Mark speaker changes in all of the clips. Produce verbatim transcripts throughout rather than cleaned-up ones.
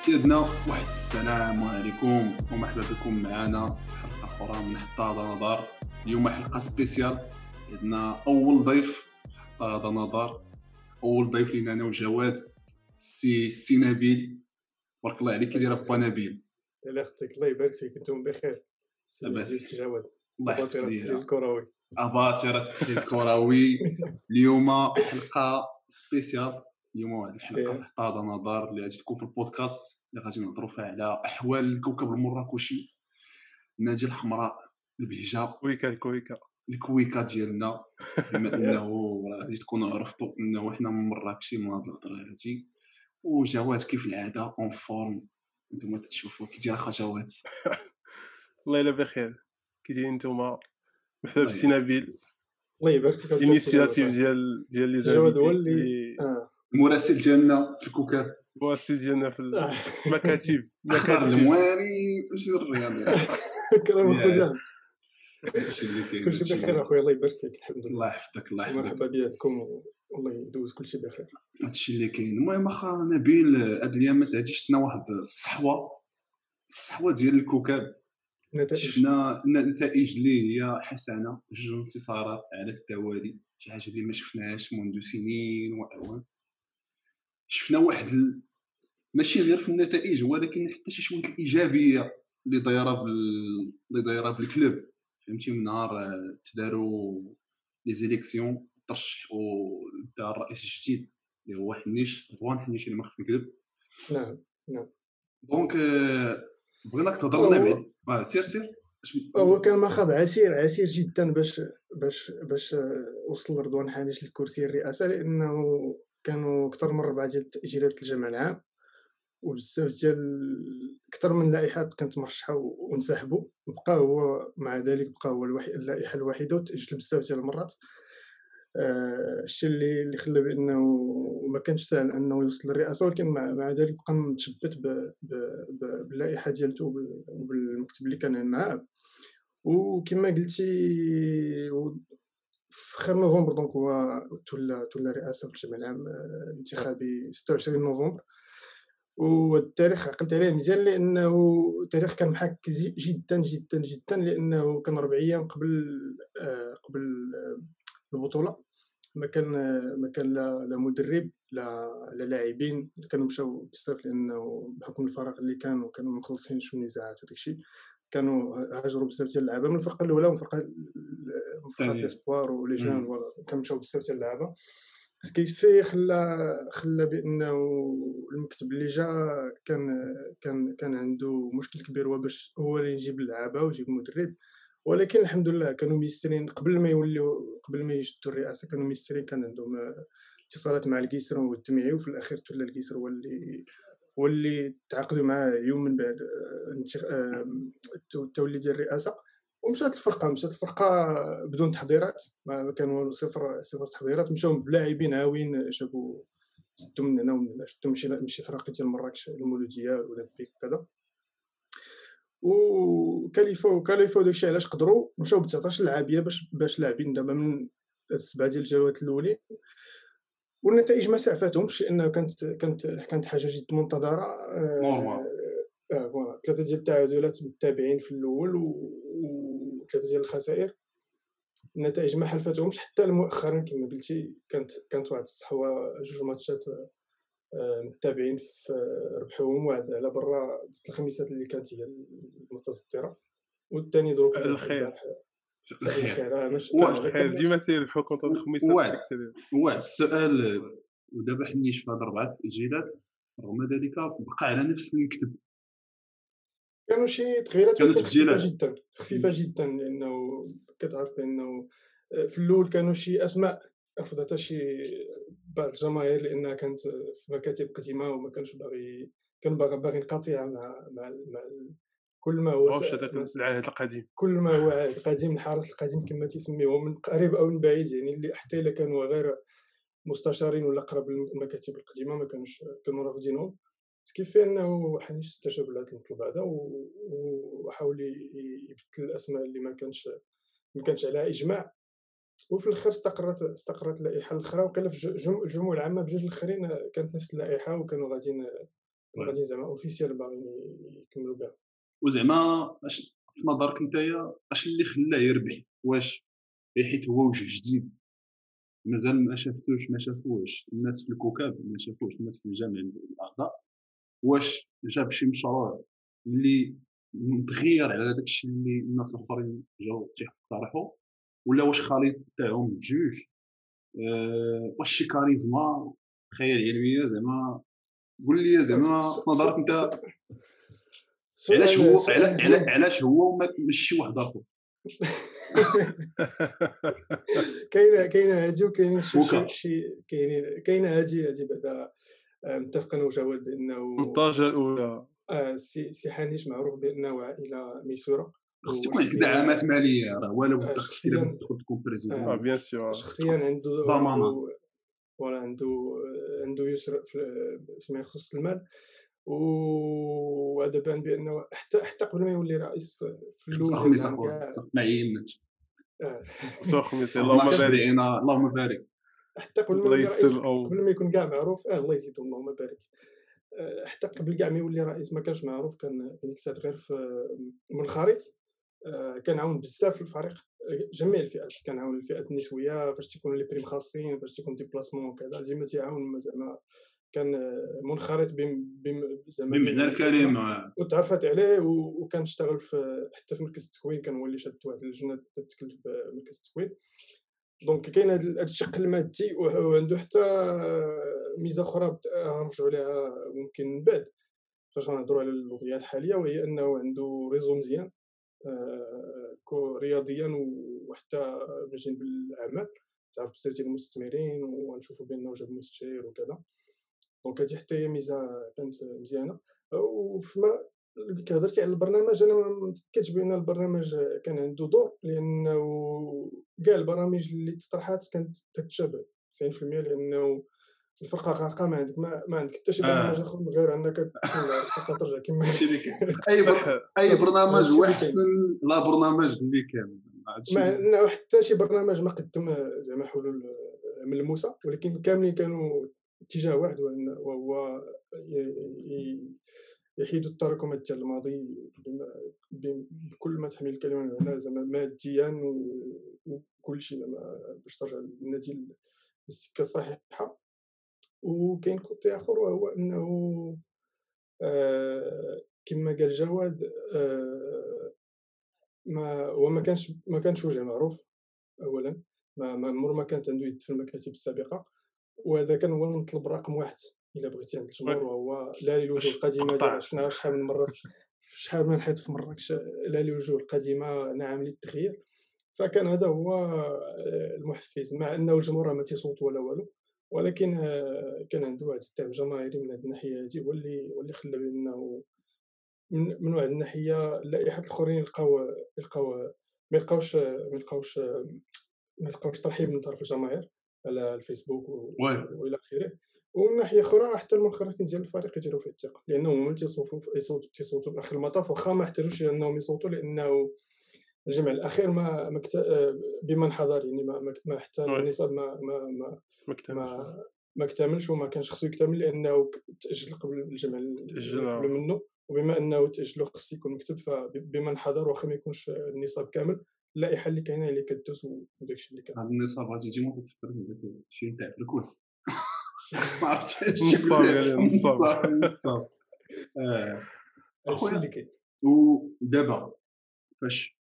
Speaker 1: سيدنا واحد السلام عليكم ومرحبا بكم معنا حلقه اخرى من حتى هذا نظر. اليوم حلقه سبيسيال، عندنا اول ضيف حتى هذا نظر. اول ضيف لينا انا وجواد سي سي نبيل. بارك الله عليك. كي داير با نبيل؟
Speaker 2: الله يخطيك، الله يبارك فيك، انتم بخير.
Speaker 1: لاباس
Speaker 2: سي جواد
Speaker 1: الله يحفظك
Speaker 2: التحليل
Speaker 1: ليا
Speaker 2: الكروي.
Speaker 1: اباطره التحليل الكروي. اليوم حلقه سبيسيال. اليوم واحد الحلقه
Speaker 2: إيه.
Speaker 1: في حتى هذا نظر اللي غادي تكون في البودكاست اللي غادي نهضروا فيها على احوال الكوكب المراكشي، النادي الحمراء، البهجه،
Speaker 3: كويكا كويكا
Speaker 1: الكويكه ديالنا. بما انه غادي تكونوا عرفتوا انه حنا من مراكشي من هاد الهضره هادي. وجواد كيف العاده اون فورم، انتم تشوفوا كي داير اخا جواد؟
Speaker 3: والله الا بخير. كي دايرين نتوما؟ مرحبا
Speaker 1: الله
Speaker 3: بسي
Speaker 1: يحفظك.
Speaker 3: نبيل.
Speaker 2: الله يبارك فيك.
Speaker 3: الانيسياتيف ديال ديال لي
Speaker 2: سي جواد هو
Speaker 3: زانفيتي
Speaker 2: اللي
Speaker 3: اللي
Speaker 2: اه
Speaker 1: المراسل ديالنا في الكوكب،
Speaker 3: بواسي ديالنا في
Speaker 2: آه.
Speaker 3: المكاتب
Speaker 1: اخضر
Speaker 3: مكاتب
Speaker 1: الموالي ماشي الرياضي.
Speaker 2: كلام اخويا،
Speaker 1: هادشي اللي كاين،
Speaker 2: كلشي
Speaker 1: هادشي
Speaker 2: بخير
Speaker 1: اللي
Speaker 2: اخويا، الله يبارك فيك، الحمد
Speaker 1: الله
Speaker 2: لله.
Speaker 1: يحفظك الله يحفظك.
Speaker 2: مرحبا بكم والله يدوز كلشي بخير.
Speaker 1: هادشي اللي كاين. المهم اخا نبيل، هاد الايامات هادي شفنا واحد الصحوه الصحوه ديال الكوكب.
Speaker 2: نتائج
Speaker 1: شفنا النتائج اللي هي حسنه، جوج انتصارات على التوالي، شي حاجه اللي ما شفناهاش منذ سنين واعوام. شفنا واحد ال... ماشي غير في النتائج ولكن حتى شي شويه الايجابيه اللي دايره بال اللي دايره بالكلوب. فهمتي، من نهار آه، تداروا لي زيليكسيون ترشحوا دا الرئيس الجديد اللي هو حنيش رضوان حنيش اللي ما خفت نكذب.
Speaker 2: نعم نعم.
Speaker 1: دونك آه، بغيناك تهضر
Speaker 2: هو-
Speaker 1: لنا بعد. اه سير سير.
Speaker 2: هو كان ماخذ عسير عسير جدا باش باش باش آه، وصل رضوان حانيش للكرسي الرئاسه، لانه كانوا اكثر من ربعه ديال التاجيلات الجمع العام، وبزاف ديال اكثر من لائحات كانت مرشحه وانسحبوا، وبقى هو مع ذلك بقى هو الوحيد اللائحه الوحيده، وتاجل بزاف ديال المرات. آه، الشيء اللي اللي خلى بانه ما كانش سهل انه يوصل للرئاسه، ولكن مع, مع ذلك بقى متشبت ب- ب- ب- باللائحه ديالته وبال- وبالمكتب اللي كان معاه. وكما قلتي و- في خير نوفمبر دونك هو تولى تولى رئاسه في الجمع العام آه، الانتخابي ستة وعشرين نوفمبر. والتاريخ عقلت عليه مزيان، لانه التاريخ كان محك زي- جدا جدا جدا، لانه كان ربع ايام قبل آه، قبل آه، البطوله. ما كان ما كان لا لا مدرب لا لا لاعبين كانوا مشاو بزاف، لانه بحكم الفراغ اللي كانوا كانوا مخلصين شويه نزاعات وداك الشيء. كانوا هاجروا بزاف ديال اللعابه من الفرقه الاولى ومن الفرقه من فرقه
Speaker 1: الثانية.
Speaker 2: اسبوار ولي جون،
Speaker 1: مم.
Speaker 2: فوالا كانوا مشاو بزاف ديال اللعابه. سكيفي خلى خلى بانه المكتب اللي جا كان كان كان عنده مشكل كبير، هو باش هو اللي يجيب اللعابه ويجيب المدرب. ولكن الحمد لله كانوا ميسرين قبل ما يوليو قبل ما يشدوا الرئاسه، كانوا ميسرين، كان عندهم آه، اتصالات مع القيسر والدمعي، وفي الاخير تولى القيسر هو اللي هو اللي تعاقدوا معاه يوم من بعد آه، انتخ- آه، التولي ديال الرئاسه. ومشات الفرقه مشات الفرقه بدون تحضيرات، ما ما كان والو، صفر صفر تحضيرات. مشاو بلاعبين هاوين، جابوا سدوا من هنا ومن هنا، شفتوا من شي من شي فراقي ديال مراكش، المولوديه ولا بيك كذا. وكلفوا كلفوا داكشي علاش قدروا مشاو ب تسعطاش لاعبيه باش باش لاعبين دابا من السبعه ديال الجولات الاولين. والنتائج ما سعفتهمش، لانه كانت كانت كانت حاجه جد منتظره. آه،
Speaker 1: نورمال.
Speaker 2: اه فوالا ثلاثه ديال التعادلات متتابعين في الاول و- وثلاثه ديال الخسائر. النتائج ما حلفتهمش حتى مؤخرا كما قلتي. كانت كانت واحد الصحوه، جوج ماتشات آه، متابعين في آه، ربحوهم، واحد على برا ضد الخميسات اللي كانت هي المتصدره، والثاني دروك ربح
Speaker 3: الخير
Speaker 2: البارح.
Speaker 1: الخير.
Speaker 2: الخير اه ماشي
Speaker 1: و-
Speaker 2: آه، هذا
Speaker 3: الخير
Speaker 2: كان
Speaker 3: ديما سير الحكم تاع الخميسات
Speaker 1: واحد.
Speaker 3: في الاكسيدير.
Speaker 1: واحد السؤال. ودابا حنيش في هاد اربعه تاجيلات، رغم ذلك بقى على نفس المكتب.
Speaker 2: كانوا شي تغييرات
Speaker 1: كانوا
Speaker 2: ولكن خفيفه
Speaker 1: تبديلات.
Speaker 2: جدا خفيفه جدا، لانه كتعرف بانه آه، في الاول كانوا شي اسماء رفضتها شي بعض الجماهير، لانها كانت في مكاتب قديمه وما كانش باغي كان باغي باغي انقطاع مع مع, مع كل ما هو
Speaker 3: واش
Speaker 2: س-
Speaker 3: هذاك
Speaker 2: ما-
Speaker 3: العهد القديم.
Speaker 2: كل ما هو عهد قديم، الحرس القديم كما تيسميوه، من قريب او من بعيد، يعني اللي حتى الا كانوا غير مستشارين ولا قرب للمكاتب القديمه ما كانوش كانوا رافضينهم. كيف انه حنيش استجاب لهذا المطلب هذا و- وحاول ي- يبدل الاسماء اللي ما كانش ما كانش عليها اجماع. وفي الاخر استقرت استقرت اللائحه الاخرى، وقيلا في الجم- الجموع العامه بجوج الاخرين كانت نفس اللائحه، وكانوا غاديين غادي زعما اوفيسيال باغيين يكملوا كاع.
Speaker 1: وزعما اش في نظرك نتايا اش اللي خلاه يربح؟ واش حيت هو وجه جديد مازال ما شافتوش ما شافوش الناس في الكوكب، ما شافوش الناس في الجامع الاعضاء، واش جاب شي مشروع اللي متغير على داك الشيء اللي الناس الاخرين جاو تيقترحوا، ولا واش خليط تاعهم بجوج؟ أه واش شي كاريزما خيال علميه؟ زعما قول لي زعما في نظرك انت علاش هو علاش هو ماشي شي واحد اخر؟
Speaker 2: كاينه كاينه هادي وكاينين شي شي كاينين كاينه هادي هادي بعدا متفق انا وجواد بانه
Speaker 3: الدرجه الاولى
Speaker 2: اه سي سي حنيش معروف بانه عائله ميسوره،
Speaker 1: خص يكون عندك دعامات ماليه، راه ولا بد خصك تدخل تكون بريزيدون.
Speaker 3: اه بيان سور
Speaker 2: شخصيا عنده
Speaker 1: ضمانات
Speaker 2: ولا عنده عنده يسر فيما يخص المال، وهذا بان بانه حتى حتى قبل ما يولي رئيس في الاول
Speaker 1: ديال العام كاع ما عيناش
Speaker 3: وصل خميس اللهم بارك
Speaker 1: اللهم بارك
Speaker 2: حتى قبل ما يولي رئيس قبل ما يكون كاع معروف. اه الله يزيد اللهم بارك. حتى قبل كاع ما يولي رئيس ما كانش معروف، كان كان غير في منخرط. كان عاون بزاف في الفريق جميع الفئات، كان عاون الفئات النسويه فاش تيكونوا لي بريم خاصين، فاش تيكون ديبلاسمون وكذا ديما تيعاون. زعما كان منخرط بم زعما
Speaker 1: بمعنى الكلمه
Speaker 2: وتعرفت عليه، وكان اشتغل في حتى في مركز التكوين، كان هو اللي شاد واحد اللجنه تتكلف بمركز التكوين. دونك كاين هذا الشق المادي، وعنده حتى ميزه اخرى نرجعوا لها ممكن من بعد فاش غنهضروا على الوضعيه الحاليه، وهي انه عنده ريزو مزيان آه رياضيا وحتى من جانب الاعمال. تعرف بزاف ديال المستثمرين ونشوفوا بانه جاب مستشير وكذا. دونك هذه حتى هي ميزه كانت مزيانه. وفما كهضرتي على البرنامج، انا ما متاكدش بان البرنامج كان عنده دور، لانه كاع البرامج اللي تطرحات كانت تتشابه تسعين في المية، لانه الفرقه غارقه، ما عندك ما, ما عندك حتى شي برنامج اخر من غير انك الفرقه ترجع كما
Speaker 1: اي بر... اي برنامج واحسن لا برنامج اللي كامل
Speaker 2: ما انه حتى شي برنامج ما قدم زعما حلول ملموسه، ولكن كاملين كانوا اتجاه واحد، وهو يحيد التراكمات ديال الماضي بكل ما تحمل الكلمه من معنى، زعما ماديا وكل شيء باش ترجع للنادي للسكه الصحيحه. وكاين كوتي اخر وهو انه آه كما قال جواد آه ما هو ما كانش ما كانش وجه معروف اولا، ما ما ما كانت عنده يد في المكاتب السابقه، وهذا كان هو المطلب رقم واحد الا بغيتي عند الجمهور، وهو لا للوجوه القديمه ديال شفنا شحال من مره في شحال من حيط في مراكش، لا للوجوه القديمه نعم للتغيير. فكان هذا هو المحفز، مع انه الجمهور ما تيصوت ولا والو، ولكن كان عنده واحد الدعم جماهيري من هذه الناحيه هذه، هو اللي هو اللي خلى بانه من, من واحد الناحيه اللائحات الاخرين يلقاو يلقاو ما يلقاوش ما يلقاوش ما يلقاوش ترحيب من طرف الجماهير على الفيسبوك والى اخره. ومن ناحيه اخرى حتى المنخرطين ديال الفريق يديروا فيه الثقه، لانهم هما تيصوتوا تيصوتوا في اخر المطاف، واخا ما احتاجوش انهم يصوتوا، لانه الجمع الاخير ما مكت... بمن حضر، يعني ما ما حتى النصاب ما ما ما ما ما اكتملش، وما كانش خصو يكتمل لانه تاجل قبل الجمع قبل منه، وبما انه تاجلو خص يكون مكتوب، فبمن حضر واخا ما يكونش النصاب كامل اللائحه اللي كاينه اللي كدوز وداكشي اللي كان.
Speaker 1: هذا النصاب غادي يجي مو تفكرني بداك الشيء نتاع الكوس ما عرفتش
Speaker 3: نصاب يعني نصاب
Speaker 1: اه
Speaker 2: اخويا اللي كاين.
Speaker 1: ودابا فاش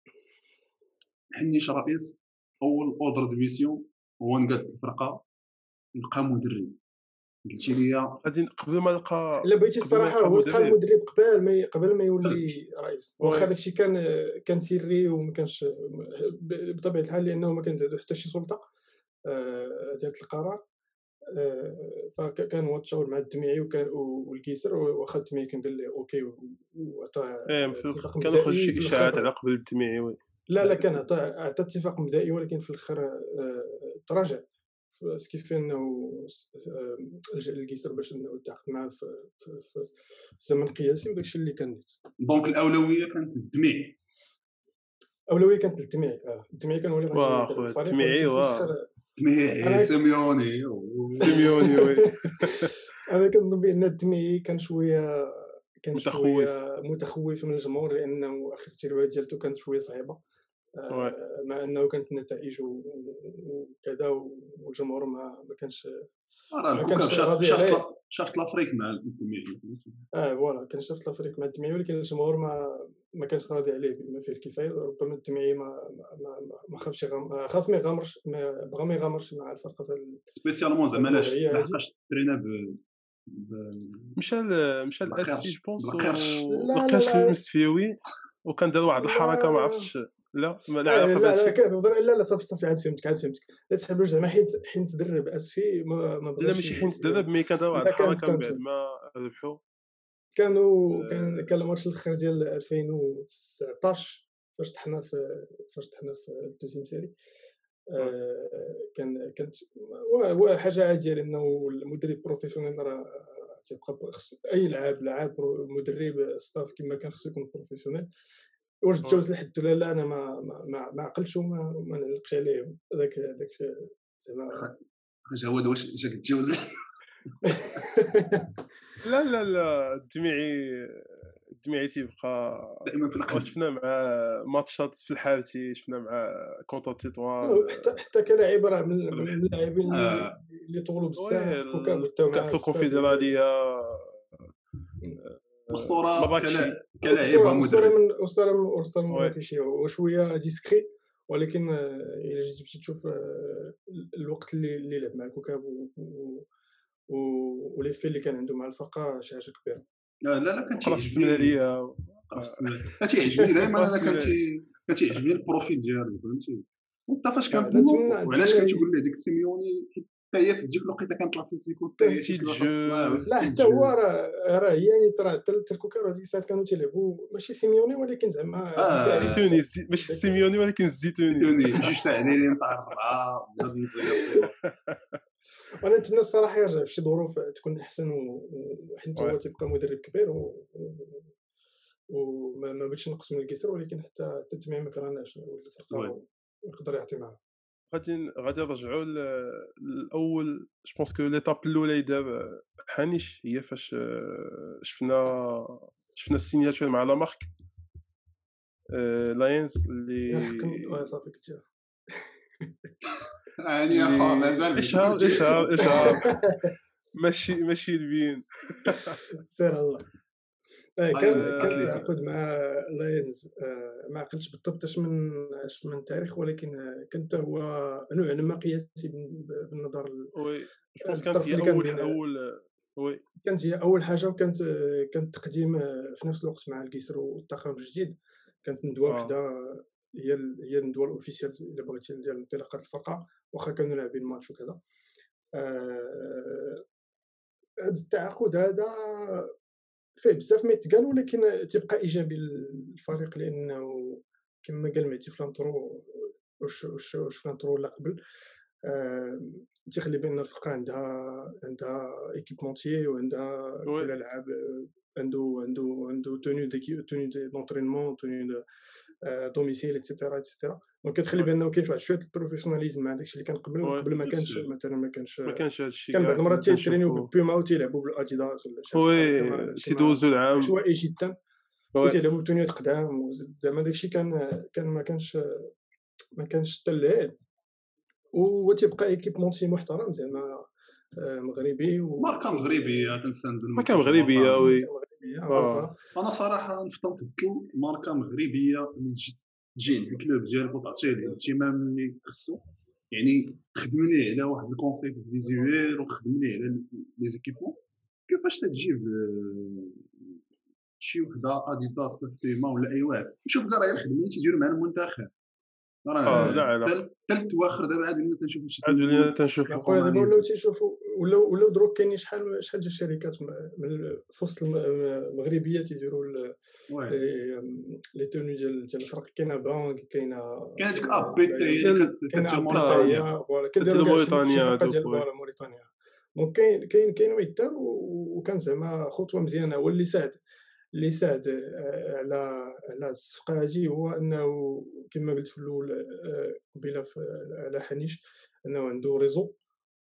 Speaker 1: حنيش رئيس، اول اوردر دو ميسيون هو نقاد الفرقه نلقى مدرب. قلتي لي
Speaker 3: غادي قبل ما نلقى،
Speaker 2: الا بغيتي الصراحه هو لقى المدرب قبل ما قبل ما يولي رئيس، واخا داكشي كان كان سري وما كانش بطبيعه الحال، لانه ما كانت عنده حتى شي سلطه ديال القرار. فكان هو تشاور مع الدميعي وكان والكيسر، واخا الدميعي كان قال له اوكي وعطى
Speaker 3: اتفاق. كان خرج شي اشاعات على قبل الدميعي،
Speaker 2: لا لا كان عطى عطى اتفاق مبدئي، ولكن في الاخر تراجع سكيف انه الكيسر باش انه يتعاقد معاه في, في, في زمن قياسي، وداكشي اللي كان نيت.
Speaker 1: دونك الاولويه كانت للدميعي،
Speaker 2: اولويه كانت للدميعي. اه الدميعي كان هو اللي غادي يدير الفريق،
Speaker 3: الدميعي
Speaker 1: دميعي سيميوني
Speaker 3: سيميوني وي
Speaker 2: انا كنظن بان الدميعي كان شويه كان
Speaker 3: متخوّف.
Speaker 2: شويه متخوف من الجمهور لانه اخر التجربه ديالته كانت شويه صعيبه.
Speaker 3: Ouais.
Speaker 2: آه، مع انه كانت النتائج و- وكذا والجمهور ما ما كانش
Speaker 1: راه
Speaker 2: ما
Speaker 1: الكوكب
Speaker 2: كانش
Speaker 1: شا-
Speaker 2: راضي
Speaker 1: شافت
Speaker 2: عليه.
Speaker 1: لا- شافت لافريك مع الجميع.
Speaker 2: اه فوالا كان شاف الافريق مع الدميعي ولكن الجمهور ما ما كانش راضي عليه بما فيه الكفايه. ربما الدميعي ما ما ما, ما ما خافش يغام... خاف ما يغامرش ما بغى ما يغامرش مع الفرقه في هاد-
Speaker 1: سبيسيالمون
Speaker 2: في هاد
Speaker 1: زعما لاش
Speaker 2: الوضعيه هذه.
Speaker 1: لحقاش ترينا ب ب-
Speaker 3: مشى ل مشى لأسفي
Speaker 1: بالقرش
Speaker 3: جوبونس
Speaker 1: بالقرش.
Speaker 3: و
Speaker 2: لا لا
Speaker 3: لقاش
Speaker 2: لا
Speaker 3: المستفيوي وكان دار واحد الحركة ما
Speaker 2: لا
Speaker 3: عرفتش. لا ما لا
Speaker 2: آه
Speaker 3: علاقة
Speaker 2: لا
Speaker 3: بهذا
Speaker 2: لا
Speaker 3: الشيء.
Speaker 2: كتهضر لا لا صافي صافي عاد فهمتك عاد فهمتك. لا تحبوش زعما حيت حيت تدرب اسفي ما, ما
Speaker 3: لا
Speaker 2: بغاش
Speaker 3: ماشي
Speaker 2: ي-
Speaker 3: حين تدرب، مي كان دار واحد
Speaker 2: لا كانت
Speaker 3: الحركة من
Speaker 2: كانت
Speaker 3: بعد ما ربحوا.
Speaker 2: كانوا كان
Speaker 3: آآ
Speaker 2: كان الماتش الاخر ديال ألفين وتسعطاش فاش طحنا في فاش طحنا في الدوزيام سيري.
Speaker 3: ouais.
Speaker 2: آه، كان كانت و- و- حاجه عاديه لانه المدرب بروفيسيونيل راه تيبقى ب- خص- اي لعاب لعاب برو- مدرب ستاف كما كان خصو يكون بروفيسيونيل. واش
Speaker 3: Ouais.
Speaker 2: تجاوز لحد ولا لا انا ما ما ما, ما عقلتش وما ما نعلقش عليه هذاك هذاك زعما.
Speaker 1: جواد واش جاك تجوز؟
Speaker 3: لا، لا، لا، الدميعي الدميعي تيبقى.
Speaker 1: دائما في القلب.
Speaker 3: وشفنا مع ماتشات في الحالتي، شفنا مع كونتر تيطوان
Speaker 2: لا، حتى حتى كلاعب راه من من
Speaker 3: ربح.
Speaker 2: من اللاعبين اللي
Speaker 1: آه،
Speaker 2: اللي طولوا
Speaker 3: وي
Speaker 2: بزاف في كوكا وداو
Speaker 3: كأس
Speaker 2: معاه بزاف ديال
Speaker 3: الكونفدرالية.
Speaker 1: اسطوره
Speaker 3: مراكشي.
Speaker 1: كلا- كلاعب
Speaker 2: اسطوره اسطوره
Speaker 1: ومدرب.
Speaker 2: من اسطوره اسطوره
Speaker 3: وي
Speaker 2: مراكشي وشويه ديسكري. ولكن آه، الا جيتي تمشي تشوف آه، الوقت اللي اللي لعب مع الكوكب و- و- و- وليفي اللي كان عنده مع الفرقه شي حاجه كبيره.
Speaker 1: آه، لا لا كان
Speaker 3: وقرا في
Speaker 1: تيعجبني
Speaker 3: السمنالية.
Speaker 1: قرا في السمانه كان تيعجبني دائما
Speaker 3: وقرا في
Speaker 1: انا كان
Speaker 3: السمنالية.
Speaker 1: تي- كان تيعجبني البروفيل ديالو فهمتي. وانت فاش
Speaker 2: آه،
Speaker 1: كنقولوا
Speaker 2: نتمنى
Speaker 1: وعلاش
Speaker 2: نتمنى
Speaker 1: كتقول لي هذيك سيميوني حتى هي في ديك الوقيته كانت لاتليتيكو حتى هي
Speaker 3: ستيل
Speaker 1: شكلها
Speaker 3: جو.
Speaker 1: آه،
Speaker 2: لا
Speaker 1: ستيل
Speaker 2: حتى هو
Speaker 1: جو.
Speaker 2: راه راه يعني ترى حتى حتى الكوكب هذيك الساعات كانوا تيلعبوا ماشي سيميوني ولكن زعما دفاعي
Speaker 1: اه
Speaker 3: زيتوني
Speaker 2: بزاف.
Speaker 3: زي... ماشي
Speaker 2: داك
Speaker 3: السيميوني ولكن الزيتوني.
Speaker 1: سيتوني جوج تاع عينين تاع الربعه بلاد نزيقوا.
Speaker 2: وانا نتمنى الصراحه يرجع في شي ظروف تكون احسن و- و- وحيت هو
Speaker 3: وي
Speaker 2: تيبقى مدرب كبير و- و- وما ما بغيتش نقص من الكسر ولكن حتى حتى الجميع ما كرهناش ولد
Speaker 1: وي
Speaker 2: الفرقه ويقدر يعطي معاه.
Speaker 3: غادي غادي نرجعوا الاول. جو بونس كو ليتاب الاولى يدار حنيش هي فاش آه، شفنا شفنا السيناتور مع لا مارك لاينز
Speaker 2: يا الحق
Speaker 3: اللي
Speaker 2: اه صافي قلتيها.
Speaker 1: يعني يا خا
Speaker 3: اللي
Speaker 1: مازال ما
Speaker 3: اشهر
Speaker 1: تقولش.
Speaker 3: اشهر اشهر ماشي ماشي البين.
Speaker 2: سير الله. آه، كان
Speaker 1: لايونز
Speaker 2: كان
Speaker 3: آه،
Speaker 1: اتليتيك.
Speaker 2: التعاقد مع لاينز آه، ما عقلتش بالضبط اش من اش من التاريخ ولكن آه، كان هو نوع ما قياسي بال- بالنظر
Speaker 3: وي جو بونس كانت
Speaker 2: للظرف
Speaker 3: هي
Speaker 2: اللي كان
Speaker 3: اول
Speaker 2: بين.
Speaker 3: اول. وي
Speaker 2: كانت هي اول حاجه وكانت كانت تقديم آه، في نفس الوقت مع الكسر والطاقم الجديد. كانت ندوه وحده
Speaker 3: اه
Speaker 2: آه، هي ال- هي الندوه الاوفيسيال الا بغيتي ديال انطلاقه الفرقه واخا كانوا لاعبين ماتش وكذا. آه، هذا التعاقد هذا فيه بزاف ما يتقال ولكن تبقى ايجابي للفريق لانه كما قال مهدي في الانترو واش واش واش في الانترو ولا قبل. آه، تيخلي بان الفرقه عندها عندها ايكيبمونتيي وعندها
Speaker 3: وي
Speaker 2: كل لعاب آه، عنده عنده عنده توني ديكي توني دونترينمون توني دوميسيل ايتترا ايتترا. دونك كتخلي
Speaker 3: وي
Speaker 2: بانه كاين واحد شويه البروفيسيوناليزم مع داكشي اللي كان قبل
Speaker 3: وي
Speaker 2: قبل ما كانش
Speaker 1: بيان
Speaker 2: مثلا ما كانش
Speaker 3: ما كانش هذا الشيء
Speaker 2: كان
Speaker 3: كاع
Speaker 2: بعض المرات
Speaker 3: كنا
Speaker 2: تيترينيو
Speaker 3: كنشوفوا.
Speaker 2: بالبيوما وتيلعبوا بالاديداس ولا شي حاجه بحال هكا ما
Speaker 3: وي
Speaker 2: داكشي ما
Speaker 3: تيدوزوا العام.
Speaker 2: عشوائي جدا.
Speaker 3: وي
Speaker 2: وتيلعبوا بتونيات قدام وزاد زعما داكشي كان كان ما كانش ما كانش حتى اللعب وتيبقى ايكيبمونتي محترم زعما آه، مغربي و
Speaker 1: ماركه مغربيه كنساندو
Speaker 3: ماركة
Speaker 1: المنتج
Speaker 3: مغربية.
Speaker 1: الوطني.
Speaker 3: وي
Speaker 2: مغربيه
Speaker 3: اه
Speaker 2: معروفه.
Speaker 1: انا صراحه نفضل ماركه مغربيه اللي تجي تجي عند الكلوب ديالك وتعطيه الاهتمام اللي خصو. يعني خدم لي على واحد الكونسيبت فيزيوال وخدم لي على لي زيكيبمون. كيفاش تجيب آه، شي وحده اديداس ولا بيما ولا اي واحد شوف كاع راه الخدمه اللي تيديروا مع المنتخب
Speaker 3: اه لا
Speaker 1: راه
Speaker 3: علاقة.
Speaker 1: ثالث واخر دابا عاد ولينا تنشوفوا شي
Speaker 3: عاد ولينا
Speaker 1: تنقول
Speaker 3: تنشوفو.
Speaker 2: معقوله دابا ولاو
Speaker 1: بيرسوناليزي.
Speaker 2: تيشوفوا ولاو ولاو دروك كاينين شحال شحال ديال الشركات م- من في وسط الم- المغربيه تيديروا ال-
Speaker 1: وي
Speaker 2: لي لي توني ديال ديال الفرق. كاينه بانك كاينه
Speaker 1: كاين هذيك
Speaker 2: كاينه
Speaker 1: ابي
Speaker 2: لايونز
Speaker 1: تي
Speaker 3: ديال
Speaker 2: كاينه
Speaker 1: كتجي
Speaker 2: ابي حتى هي
Speaker 1: موريتانيا.
Speaker 2: فوالا
Speaker 3: ديال
Speaker 2: كيديروا كاع شي شي
Speaker 3: موريتانيا
Speaker 2: فرقه
Speaker 3: دوك.
Speaker 2: ديال
Speaker 3: وي
Speaker 2: فوالا موريتانيا. دونك كاين كاين كاين ويدار و- وكان زعما خطوه مزيانه. هو اللي ساعد اللي ساعد آه، على على الصفقه هذه هو انه كما قلت في الاول آه، قبيله في- على حنيش انه عنده ريزو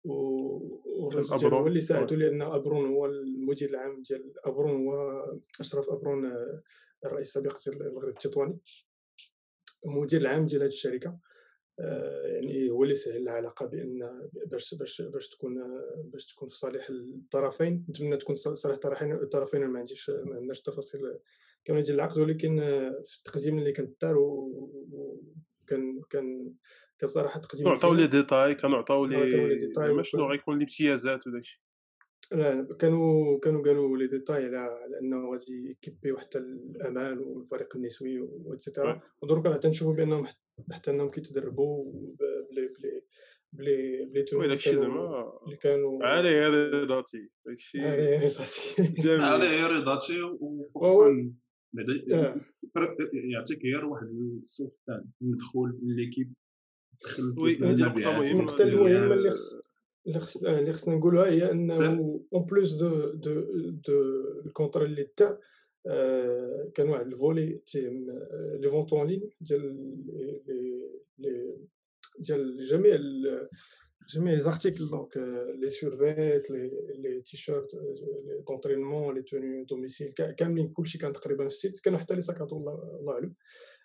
Speaker 2: والرجل ديالو هو اللي ساعدو، لان ابرون هو المدير العام ديال ابرون، هو اشرف ابرون الرئيس السابق ديال المغرب التطواني، المدير العام ديال هذه الشركه. يعني هو اللي سهل العلاقه بان باش باش باش تكون باش تكون في صالح الطرفين. نتمنى تكون صالح الطرفين الطرفين ما عنديش ما عندناش التفاصيل كامله ديال العقد، ولكن في التقديم اللي كان دار وكان كان كان صراحه تقديم
Speaker 3: عطاو لي ديتاي، كانوا عطاو لي
Speaker 2: زعما
Speaker 3: شنو غيكون الامتيازات وداكشي.
Speaker 2: لا كانوا كانوا قالوا لي ديتاي على على انه غادي يكيبيو حتى الامان والفريق النسوي واتسيتيرا. ودروك راه تنشوفوا بانهم حتى انهم كيتدربوا بلي بلي بلي بلي
Speaker 3: وي داكشي زعما
Speaker 2: اللي كانوا
Speaker 3: عليه رضاتي، داكشي
Speaker 2: عليه رضاتي
Speaker 3: جميل
Speaker 1: عليه رضاتي. وخصوصا بعدا يعطيك غير واحد السوق تاع المدخول لليكيب.
Speaker 3: وي هذه نقطه مهمه.
Speaker 2: النقطه المهمه اللي خص اللي خص اللي خصنا نقولها هي انه اون بلوس دو دو دو الكونترا اللي تا كان واحد الفولي تيم لي فونت اون لين ديال لي ديال جميع جميع لي زارتيكل، دونك لي سورفيت لي لي تيشيرت لي دونترينمون لي توني دوميسيل كاملين كلشي كان تقريبا في السيت. كانوا حتى لي ساكادو الله اعلم.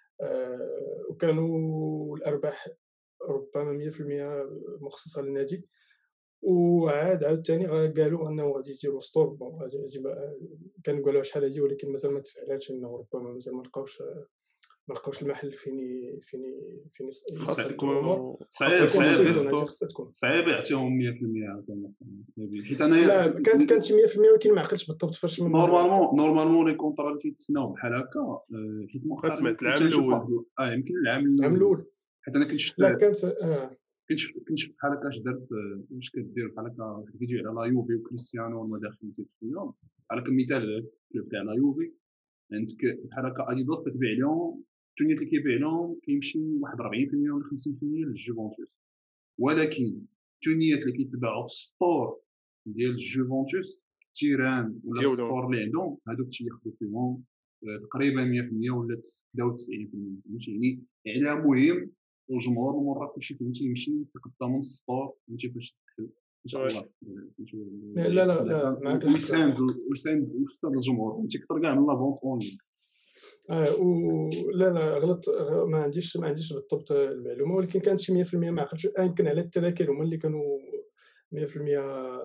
Speaker 2: وكانوا الارباح ربما مية في المية مخصصه للنادي. وعاد عاوتاني قالوا انه غادي يديروا ستور. بون غادي كنقولوا شحال هادي، ولكن مازال ما تفعلاتش، انه ربما مازال ما لقاوش ما لقاوش المحل فين فين فين
Speaker 3: خاص يكون
Speaker 1: صعيب
Speaker 2: صعيب
Speaker 1: صعيب يعطيهم مية في المية. حيت انايا
Speaker 2: لا كانت كانت مية في المية، ولكن ما عقلتش بالضبط فاش من
Speaker 1: نورمالمون نورمالمون لي كونطرا اللي تيتسناو بحال هكا. حيت مؤخرا
Speaker 3: سمعت العام الاول
Speaker 1: اه يمكن العام
Speaker 2: الاول
Speaker 1: حيت انا كنت شفت
Speaker 2: لا كانت اه
Speaker 1: كنت كنت شفت بحال هكا اش دارت واش كدير بحال هكا فيديو على لا يوفي وكريستيانو والمداخل اللي تيدخلوا بحال هكا مثال الكلوب تاع لا يوفي. عندك بحال هكا اديداس كتبيع لهم التونيات اللي كيبيع لهم كيمشي واحد أربعين في المية ولا خمسين في المية للجوفونتوس، ولكن التونيات اللي كيتباعوا في السطور ديال الجوفونتوس التيران ولا في السطور اللي عندهم هذوك تياخذوا فيهم تقريبا مية في المية ولا ستة وتسعين في المية. فهمتي يعني اعلان مهم والجمهور من ورا كلشي فهمتي يمشي يتقدى من السطور فهمتي باش تدخل ان شاء الله.
Speaker 2: لا لا لا معاك
Speaker 1: ويساند ويساند ويساند الجمهور فهمتي كثر كاع من لا فونت اون لين.
Speaker 2: اه و لا لا غلط، ما عنديش ما عنديش بالضبط المعلومه، ولكن كانت شي مية في المية ما عقلتش. يمكن على التذاكر هما اللي كانوا مية في المية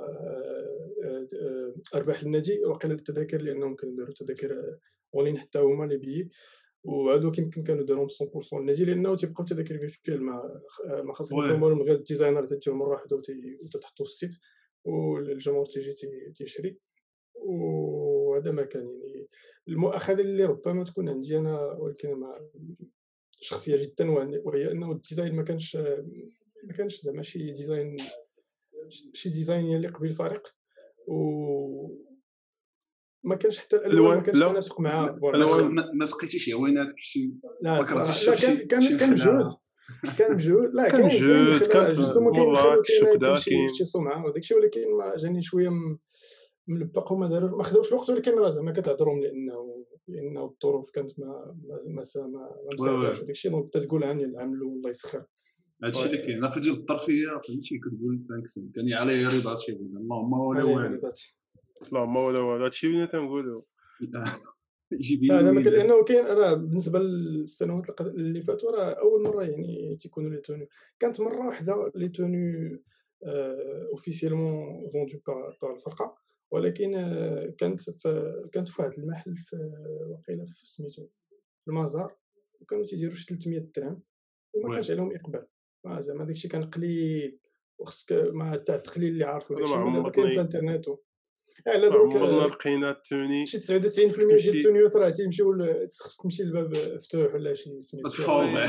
Speaker 2: ارباح النادي، وقيل التذاكر لانهم كانوا داروا تذاكر اونلاين حتى هما لي بيي، وهذوك يمكن كانوا داروهم مية بالمية النادي، لانه تيبقاو تذاكر فيرتوال ما ما خاص يفهموا والو من غير الديزاينر تديهم مره واحده وتتحطوا في السيت والجمهور تيجي تيشري. وهذا ما كان يعني المؤاخذه اللي ربما تكون عندي انا، ولكن ما شخصيه جدا، وهي انه الديزاين ما كانش ما كانش زعما شي ديزاين شي ديزاين يليق بالفريق، و ما كانش حتى الالوان ما كانش تناسق معها.
Speaker 1: ما سقيتيش عويناتك شي
Speaker 2: لا لا كان كان كان مجهود كان مجهود لا كان
Speaker 3: مجهود كانت
Speaker 2: مراك
Speaker 3: شكدا
Speaker 2: كاين شي سمعه وداك الشيء، ولكن ما جاني شويه ملبق وما داروا ما خداوش الوقت، ولكن راه زعما كتهضرهم لانه لانه الظروف كانت ما ما ما مساعداش وداك الشيء. دونك تقول عن العام الاول الله يسخر
Speaker 1: هادشي اللي كاين في ديال الظرفيه فهمتي كتقول خمسة كان عليه رضاتي اللهم ولا والو
Speaker 3: اللهم ولا والو هادشي اللي تنقولوا.
Speaker 2: هذا ما كان لانه كاين راه بالنسبه للسنوات اللي فاتوا راه اول مره يعني تيكونوا لي توني. كانت مره واحده لي توني اوفيسيلمون فوندو بار الفرقه، ولكن كانت في كانت في واحد المحل في وقيله في سميتو المزار، وكانوا تيديروا شي ثلاثمية درهم وما كانش عليهم اقبال. زعما داكشي كان قليل، وخصك مع تاع التقليل اللي عارفوا داكشي دابا كاين في الانترنت. لا دروك
Speaker 3: عمرنا لقينا التوني
Speaker 2: شي تسعة وتسعين في المية ديال التونيات راه تيمشيو خصك تمشي للباب مفتوح ولا شي سميتو
Speaker 1: تفاوض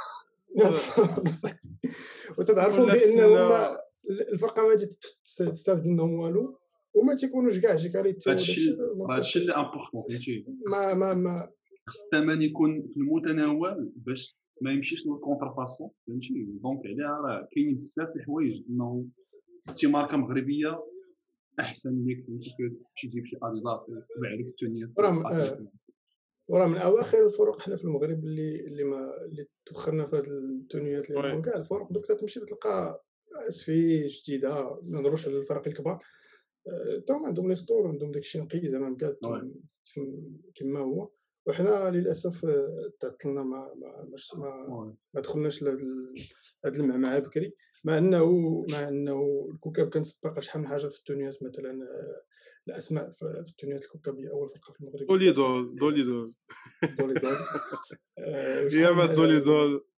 Speaker 2: وتتعرفوا بان الفرقه ما تستافد منهم والو وما تيكونوش كاع شي كاريت.
Speaker 1: هادشي هادشي اللي امبورطون فهمتي.
Speaker 2: ما ما ما
Speaker 1: خص الثمن يكون في المتناول باش ما يمشيش للكونتر فاسون فهمتي. دونك عليها راه كاين بزاف د الحوايج انه ستي ماركه مغربيه احسن ليك فهمتي كتمشي تجيب شي اديداس تبع لك التونيه. وراه
Speaker 2: من اواخر الفرق حنا في المغرب اللي اللي ما اللي تدخلنا في هاد التونيات اللي عندهم كاع الفرق دوك تمشي تلقى اسفي جديده، ما نهضروش على الفرق الكبار. آه، تا هما عندهم لي سطور، عندهم داكشي نقي زعما مقاد
Speaker 1: وي
Speaker 2: كما هو. وحنا للاسف آه، تعطلنا، ما ما ماش- ما
Speaker 1: وي
Speaker 2: ما دخلناش لهاد ال- هاد المعمعة بكري، مع انه مع انه الكوكب كان سبق شحال من حاجه في الدنيات. مثلا آه، الاسماء في في الدنيات، الكوكب هي اول فرقه في المغرب اللي
Speaker 3: دولي
Speaker 2: دارت
Speaker 3: دول دولي
Speaker 2: التسجيلات.
Speaker 3: دول
Speaker 2: دولي دول آه،
Speaker 3: يا
Speaker 2: وشحال من
Speaker 3: ما
Speaker 2: حاجه
Speaker 3: دولي
Speaker 2: زعما.
Speaker 3: دول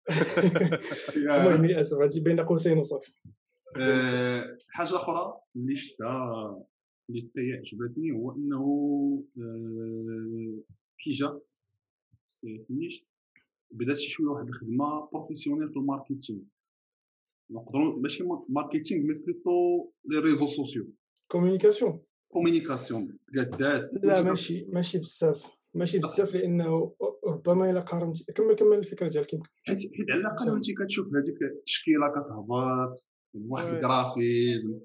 Speaker 2: المهم
Speaker 1: يا
Speaker 2: للاسف هادشي بين قوسين وصافي. بين قوسين.
Speaker 1: آه، حاجه اخرى اللي شفتها اللي حتى هي عجبتني هو انه آه، كي جا سي فينيش بدات شي شويه واحد الخدمه بروفيسيونيل في الماركتينغ، نقدروا ماشي ماركتينغ مي بلوتو لي ريزو سوسيو
Speaker 2: كوميونيكاسيون.
Speaker 1: كومونيكاسيون قادات
Speaker 2: لا ماشي ماشي بزاف، ماشي بزاف لانه ربما الا قارنت. كمل كمل الفكره ديالك يمكن.
Speaker 1: حيت حيت على الاقل انت كتشوف هذيك التشكيله كتهبط واحد
Speaker 3: وي
Speaker 1: الجرافيزم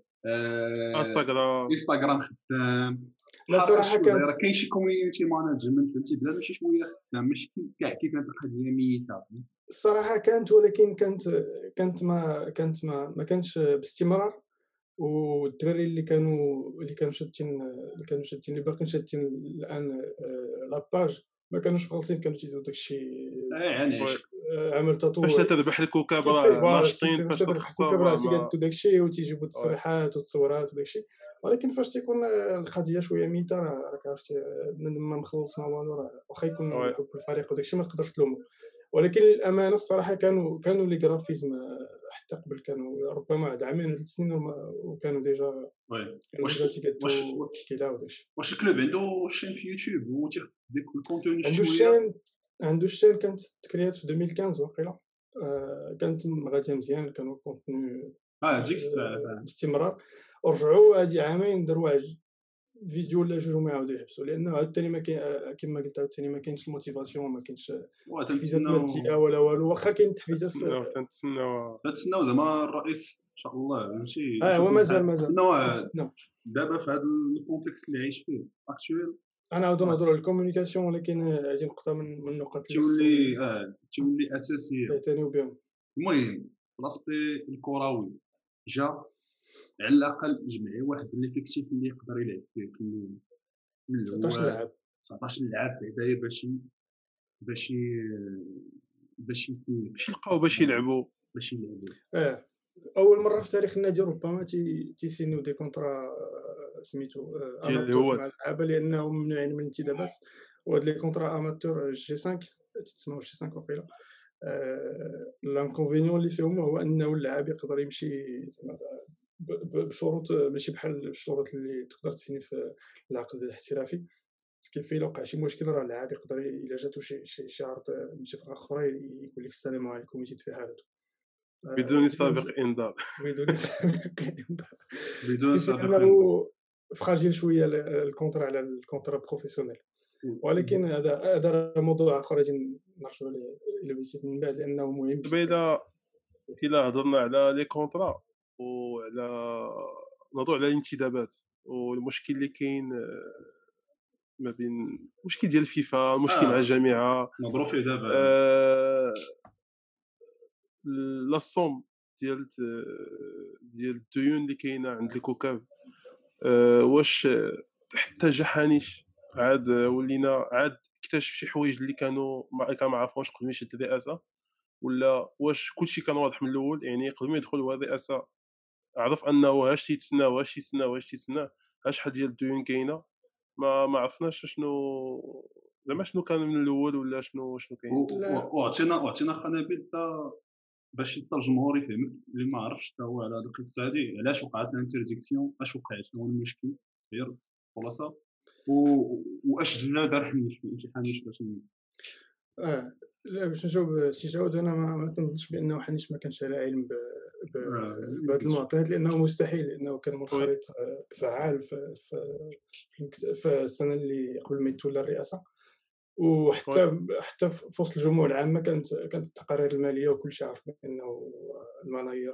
Speaker 1: آه،
Speaker 3: انستغرام
Speaker 1: انستغرام خدام
Speaker 2: لا
Speaker 1: حركه
Speaker 2: صراحه
Speaker 1: شويه
Speaker 2: كانت
Speaker 1: راه كاين شي كوميونيتي مانجمنت فهمتي بلا ماشي شويه خدام ماشي كاع كي كانت القضيه ميته.
Speaker 2: الصراحه كانت، ولكن كانت كانت ما كانت ما ما كانش باستمرار. والدراري اللي كانوا اللي كانوا شادين اللي كانوا شادين اللي باقيين شادين الان آه، لاباج، ما كانوش مخلصين، كانوا تيديروا داكشي
Speaker 1: اه يعني
Speaker 3: وي
Speaker 1: عشق
Speaker 2: آه، عمل
Speaker 3: فاش
Speaker 2: تطوعي.
Speaker 3: تذبح الكوكب
Speaker 2: ستيفي
Speaker 3: راه
Speaker 2: فوالا
Speaker 3: ناشطين،
Speaker 2: ستيفي فاش
Speaker 3: فاش
Speaker 2: تذبح
Speaker 3: تخسر
Speaker 2: الكوكب راه
Speaker 3: راه ما
Speaker 2: تيقادو داكشي وتيجيبوا
Speaker 3: وي
Speaker 2: التصريحات والتصويرات وداكشي. ولكن فاش تيكون آه، القضيه شويه ميته، راه راك عرفتي آه، بنادم ما مخلص ما والو، راه واخا يكون
Speaker 3: وي
Speaker 2: حب الفريق وداكشي ما تقدرش تلومو. ولكن للامانه الصراحه كانوا كانوا لي غرافيزم آه، حتى قبل كانوا ربما واحد عامين ولا ثلاث سنين وما- وكانوا ديجا
Speaker 1: وي
Speaker 2: كانوا
Speaker 1: واش
Speaker 2: ديجا
Speaker 1: واش
Speaker 2: تيقادوا التشكيله وداكشي.
Speaker 1: واش الكلوب عنده شين في يوتيوب هو تيخدم ديك الكونتوني شي
Speaker 2: عنده
Speaker 1: شويه
Speaker 2: الشين عنده الشين كانت تكريات في ألفين وخمسة واقيلا. آه، كانت غاديه مزيان، كانوا كونتوني
Speaker 1: اه ديك الساعه
Speaker 2: آه،
Speaker 1: فاهم
Speaker 2: باستمرار. ورجعوا هادي عامين داروا واحد فيديو ولا جوج وما يعاودوا يحبسوا، لانه عاوتاني ما كاين آه، كما قلت عاوتاني ما كاينش الموتيفاسيون، ما كاينش تحفيزات ماديه
Speaker 1: وتنتسناو
Speaker 2: ولا والو. واخا كاين تحفيزات في
Speaker 3: تنتسناو تنتسناو
Speaker 1: تنتسناو زعما الرئيس ان شاء الله فهمتي
Speaker 2: اه هو
Speaker 1: يشوف
Speaker 2: مازال
Speaker 1: الحال
Speaker 2: مازال
Speaker 1: انه
Speaker 2: كنتسناو.
Speaker 1: دابا في هذا الكونتكست اللي عايش فيه اكطويل
Speaker 2: انا عاودو نهضروا على الكومونيكاسيون، ولكن آه، هذه نقطه من من النقط اللي خصهم
Speaker 1: تيولي اه تيولي اساسيه.
Speaker 2: يعتنيوا بهم.
Speaker 1: المهم في لاسبي الكروي جا على الاقل جمعي واحد ليفيكتيف اللي يقدر يلعب فيه في ال- من
Speaker 2: تسعطاش
Speaker 1: الاول
Speaker 2: لاعب.
Speaker 1: تسعطاش لعاب بعدايا باش باش باش يفيق
Speaker 3: باش يلقاو باش يلعبوا.
Speaker 1: باش يلعبوا.
Speaker 2: اه اول مره في تاريخ النادي ربما تي تيسينيو دي كونطرا آه، سميتو آه،
Speaker 3: ديال
Speaker 2: اماتور
Speaker 3: الهوات
Speaker 2: مع اللعابه، لانهم ممنوعين من الانتدابات. وهاد لي كونطرا اماتور جي خمسة تسموا جي خمسة وقيلا. آه، الانكونفينيون اللي فيهم هو انه اللاعب يقدر يمشي زعما ب- ب- بشروط ماشي بحال الشروط اللي تقدر تسيني في العقد الاحترافي. كيف الا وقع شي مشكل راه اللاعب يقدر الا جاتو شي شي شي عرض من شي فرقه اخرى يقول لك السلام عليكم جيت في حالته.
Speaker 3: بدون
Speaker 2: آه،
Speaker 3: سابق انذار.
Speaker 2: بدون
Speaker 1: بدون
Speaker 2: سكيفي
Speaker 1: سابق
Speaker 2: انه
Speaker 1: انذار.
Speaker 2: فراجيل شويه ال- الكونترا على الكونترا بروفيسيونيل. ولكن هذا هذا موضوع اخر غادي نرجعوا ليه الى بغيتي من بعد، لانه مهم
Speaker 3: دابا
Speaker 2: جدا.
Speaker 3: الا الا هضرنا على لي كونطرا وعلى نهضروا على الانتدابات والمشكل اللي كاين ما بين المشكل ديال فيفا، المشكل مع
Speaker 1: اه
Speaker 3: الجامعه.
Speaker 1: نهضروا فيه دابا.
Speaker 3: آه، لا الصوم ديال ديال الديون اللي كاينه عند الكوكب. آه، واش حتى جا حانيش عاد ولينا عاد اكتشف شي حوايج اللي كانوا ما كان ما عرفوش قبل ما يشد الرئاسه، ولا واش كلشي كان واضح من الاول؟ يعني قبل ما يدخل هو الرئاسه عرف انه واش تيتسنى واش تيتسنى واش تيتسنى ها شحال ديال الديون كاينه. ما ما عرفناش شنو زعما شنو كان من الاول ولا شنو شنو كاين.
Speaker 2: لا
Speaker 1: وعطينا وعطينا خنابيل حتى باش حتى الجمهور يفهم اللي ما عرفش حتى هو على هذه القصه هذه علاش وقعت الانترديكسيون، اش وقع، شنو هو المشكل، غير خلاصه و- واش جا دار حنيش فهمتي حنيش باش ن-
Speaker 2: اه لا باش نجاوب سي جواد، انا ما ما تنظنش بانه حنيش ما كانش على علم ب
Speaker 1: آه،
Speaker 2: ب- بهذه المعطيات، لانه مستحيل، لانه كان
Speaker 3: وي
Speaker 2: منخرط آه، فعال في في في المكت- في السنه اللي قبل ما يتولى الرئاسه.
Speaker 3: وي
Speaker 2: وحتى حتى في وسط الجموع العامه كانت كانت التقارير الماليه وكل شيء عارف بانه المنايير.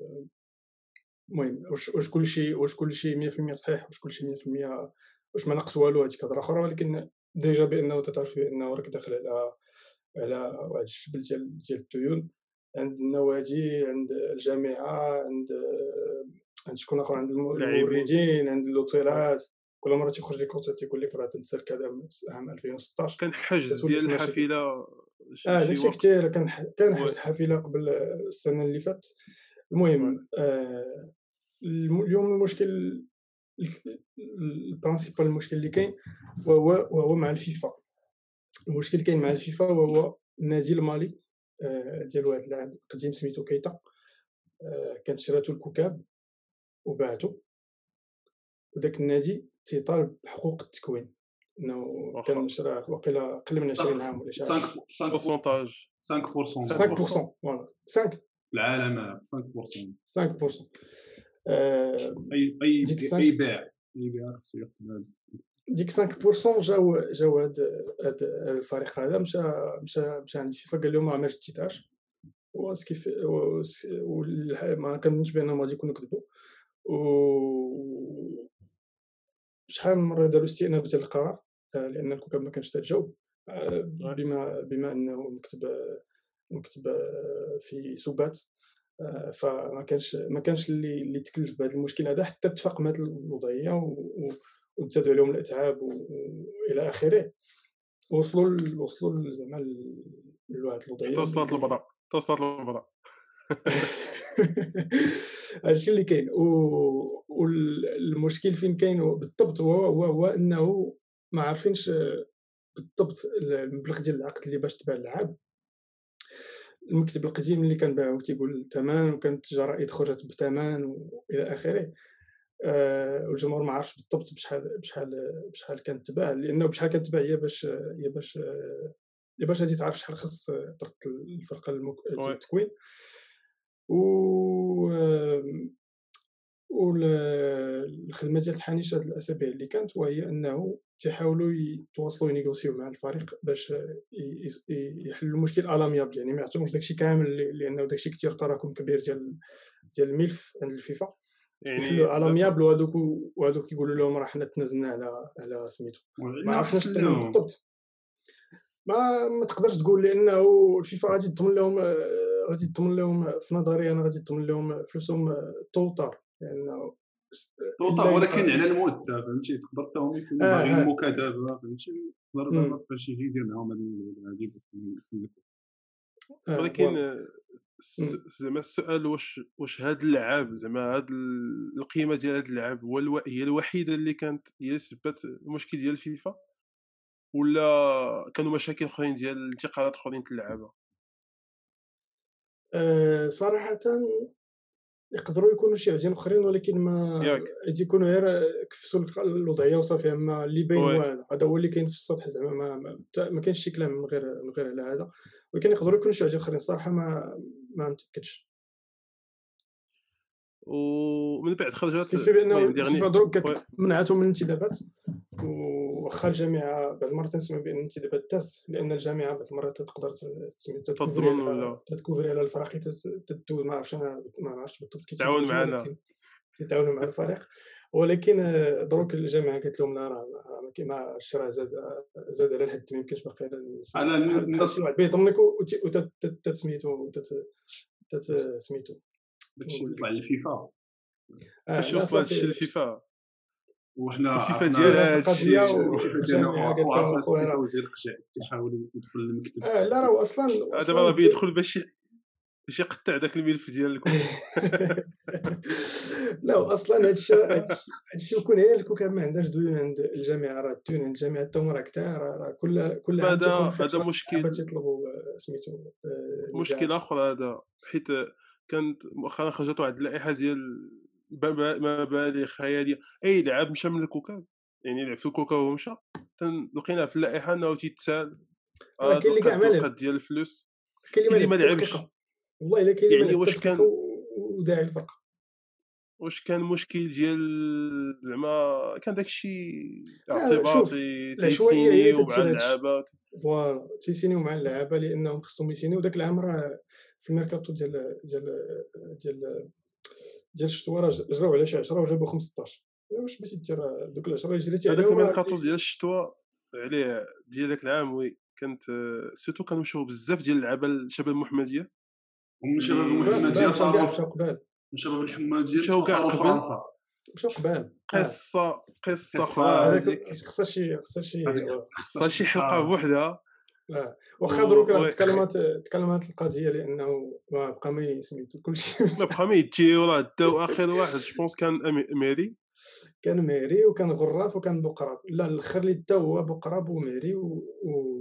Speaker 2: المهم واش واش كل شيء واش كل شيء مية في المية صحيح، واش كل شيء مية في المية واش ما نقص والو، هذيك هضره اخرى. ولكن ديجا بانه تتعرف بانه راك داخل على على واحد الجبل ديال ديال الديون. عند النوادي، عند الجامعه، عند عند شكون اخر، عند الموردين، عند الاوتيلات. كل مره تيخرج لك اوتيل تيقول لك راه تنسى كذا من عام ألفين وستطاش.
Speaker 3: كان حجز
Speaker 2: تتولي
Speaker 3: ديال
Speaker 2: في مشاكل.
Speaker 3: الحافله
Speaker 2: اه
Speaker 3: شي
Speaker 2: داكشي
Speaker 3: وقت.
Speaker 2: كثير كان كان حجز
Speaker 3: وي
Speaker 2: حافله قبل السنه اللي فاتت.
Speaker 3: وي
Speaker 2: المهم آه اليوم المشكل البرانسيبال المشكل اللي كاين وهو وهو مع الفيفا. المشكل كاين مع الفيفا وهو النادي المالي آه ديال واحد اللاعب قديم سميتو كيتا. آه كان شراتو الكوكاب وباعتو، وداك النادي تيطالب بحقوق التكوين انه كان
Speaker 3: واخا
Speaker 2: شراه وقيلا اقل من عشرين عام ولا شي حاجه.
Speaker 1: خمسة
Speaker 3: بورسونتاج
Speaker 1: خمسة بالمية
Speaker 3: خمسة
Speaker 2: خمسة
Speaker 3: بالمية.
Speaker 2: بالمية فوالا خمسة
Speaker 1: العالم خمسة بالمية.
Speaker 2: خمسة بالمية. آه
Speaker 1: اي اي
Speaker 2: ديك
Speaker 1: اي
Speaker 2: خمسة
Speaker 1: بيع اي بيع خصو ياخذ.
Speaker 2: ديك خمسة بالمية جاو جاو هاد هاد الفريق هذا مشى مشى مشى عند الفيفا قال لهم راه ما جديتهاش وسكيف ما كنظنش بانهم غادي يكونوا كذبوا. و شحال من مره داروا استئناف ديال القرار لان الكوكب ما كانش تتجاوب بما بما انه مكتب مكتب في سبات. فما كانش ما كانش اللي اللي تكلف بهذا المشكل هذا حتى اتفق مع هذه الوضعيه وتزادوا عليهم الاتعاب والى اخره. وصلوا وصلوا زعما لواحد الوضعيه
Speaker 3: توصلت البضاء توصلت البضاء.
Speaker 2: هادشي اللي كاين. والمشكل فين كاين بالضبط هو هو هو انه ما عارفينش بالضبط المبلغ ديال العقد اللي باش تباع اللعاب. المكتب القديم اللي كان باعو تيقول الثمن وكانت جرائد خرجت بثمن والى اخره. أه والجمهور ما عرفش بالضبط بشحال بشحال بشحال كانت تباع لانه بشحال كانت تباع هي باش هي باش هي باش غادي تعرف شحال خص ترد الفرقه ديال التكوين. و والخدمه ديال التحانيش هاد الاسابيع اللي كانت وهي انه تيحاولوا يتواصلوا ينيغوسيو مع الفريق باش يحلوا المشكل الاميابل، يعني ما يعطيوش داكشي كامل لانه داكشي كثير تراكم كبير ديال ديال الملف عند الفيفا.
Speaker 3: يعني
Speaker 2: يحلوا الاميابل وهذوك وهذوك يقولوا لهم راه حنا تنازلنا على على سميتو. ما عرفناش الثمن بالضبط. ما ما تقدرش تقول لانه الفيفا غادي تضمن لهم غادي تضمن لهم في نظري انا غادي تضمن لهم فلوسهم طوطار لانه
Speaker 1: طوطار ولكن على المده فهمتي تقدر حتى هما يكونوا باغيين المكاتبه فهمتي تقدر دابا باش يجي يدير معاهم هذه باش
Speaker 3: ولكن زعما السؤال واش واش هاد اللعاب زعما هاد القيمه ديال هاد اللعاب هو هي الوحيده اللي كانت هي سبات المشكل ديال الفيفا ولا كانوا مشاكل اخرين ديال انتقالات اخرين اللعابه؟
Speaker 2: أه صراحه يقدروا يكونوا شي عجين اخرين ولكن ما غادي يكونوا غير كفسوا الوضعيه وصافي. اما اللي باين هو هذا هذا هو اللي كاين في السطح زعما ما ما, ما كاينش شي كلام من غير من غير على هذا. ولكن يقدروا يكونوا شي عجين اخرين صراحه ما ما متاكدش.
Speaker 3: ومن بعد خرجت
Speaker 2: في بانه الفيفا دروك منعتهم من الانتدابات وخا الجامعه بعض المرات تنسمع بان الانتدابات تاس لان الجامعه بعض المرات تقدر تكوفري تكوفري على الفريق تدوز. ما عرفتش انا ما عرفتش بالضبط كيف
Speaker 3: تعاون معنا
Speaker 2: تتعاونوا مع الفريق. ولكن دروك الجامعه قالت لهم لا راه ما الشرع زاد زاد على الحد ما يمكنش باقي على شي واحد بيضمنك وتسميتو تسميتو
Speaker 1: داكشي يطلع للفيفا.
Speaker 3: فاش وصل هادشي للفيفا
Speaker 1: وحنا
Speaker 3: الفيفا ديال هادشي
Speaker 1: الفيفا ديالنا وعرفنا السيفا وزير القجع كيحاول يدخل للمكتب.
Speaker 2: اه لا راه اصلا
Speaker 3: دابا راه بيدخل باش باش يقطع داك الملف ديالكم.
Speaker 2: لا اصلا هادشي هادشي يكون غير الكوكب ما عندهاش ديون عند الجامعه. راه الديون عند الجامعه حتى هما راه كثار راه كل كل عام
Speaker 3: هذا هذا مشكل
Speaker 2: تيطلبوا سميتو
Speaker 3: مشكل اخر هذا حيت كانت مؤخرا خرجت واحد اللائحه ديال مبالغ خياليه. اي لعاب مشى من الكوكب يعني لعب في الكوكب ومشى لقينا في اللائحه انه تيتسال
Speaker 2: راه كاين اللي كاع
Speaker 3: مالك ديال الفلوس
Speaker 2: كاين اللي ما لعبش والله الا كاين اللي
Speaker 3: يعني واش كان
Speaker 2: وداعي الفرق.
Speaker 3: واش كان مشكل ديال زعما كان داكشي اعتباطي تيسينيو مع اللعابه
Speaker 2: فوالا تيسينيو مع اللعابه لانهم خصهم يسينيو. داك العام راه في الميركاتو ديال ديال ديال ديال الشتوى راه جراو على شي عشرة وجابوا خمسطاش. واش باش دير دوك العشرة اللي جريتي عليهم؟
Speaker 3: هذاك الميركاتو ديال الشتوى عليه ديال داك العام وي كانت سيتو كانوا مشاو بزاف ديال اللعابه الشباب المحمديه
Speaker 1: ومن شباب
Speaker 3: اللي
Speaker 1: المحمديه
Speaker 2: مشاو كاع
Speaker 1: طاروا
Speaker 2: مشاو قبال
Speaker 1: من شباب المحمديه
Speaker 3: مشاو كاع
Speaker 1: طاروا
Speaker 3: قبل.
Speaker 1: فرنسا.
Speaker 2: مشاو قبال اه
Speaker 3: قصه قصه
Speaker 1: قصة
Speaker 3: اخرى
Speaker 1: هذيك-
Speaker 2: هذاك خصها شي خصها شي
Speaker 1: هذيك
Speaker 2: آه.
Speaker 3: خصها شي حلقه بوحدها.
Speaker 2: اه واخا دروك
Speaker 3: و-
Speaker 2: راه
Speaker 3: و-
Speaker 2: تكلمات تكلمات القضيه لانه ما بقى ما سميتو كلشي
Speaker 3: ما بقى ما يتيو راه داو اخر واحد جو بونس كان أمي- ميري.
Speaker 2: كان مهري وكان غراف وكان بقراب. لا الاخر اللي دا هو بقراب ومهري و و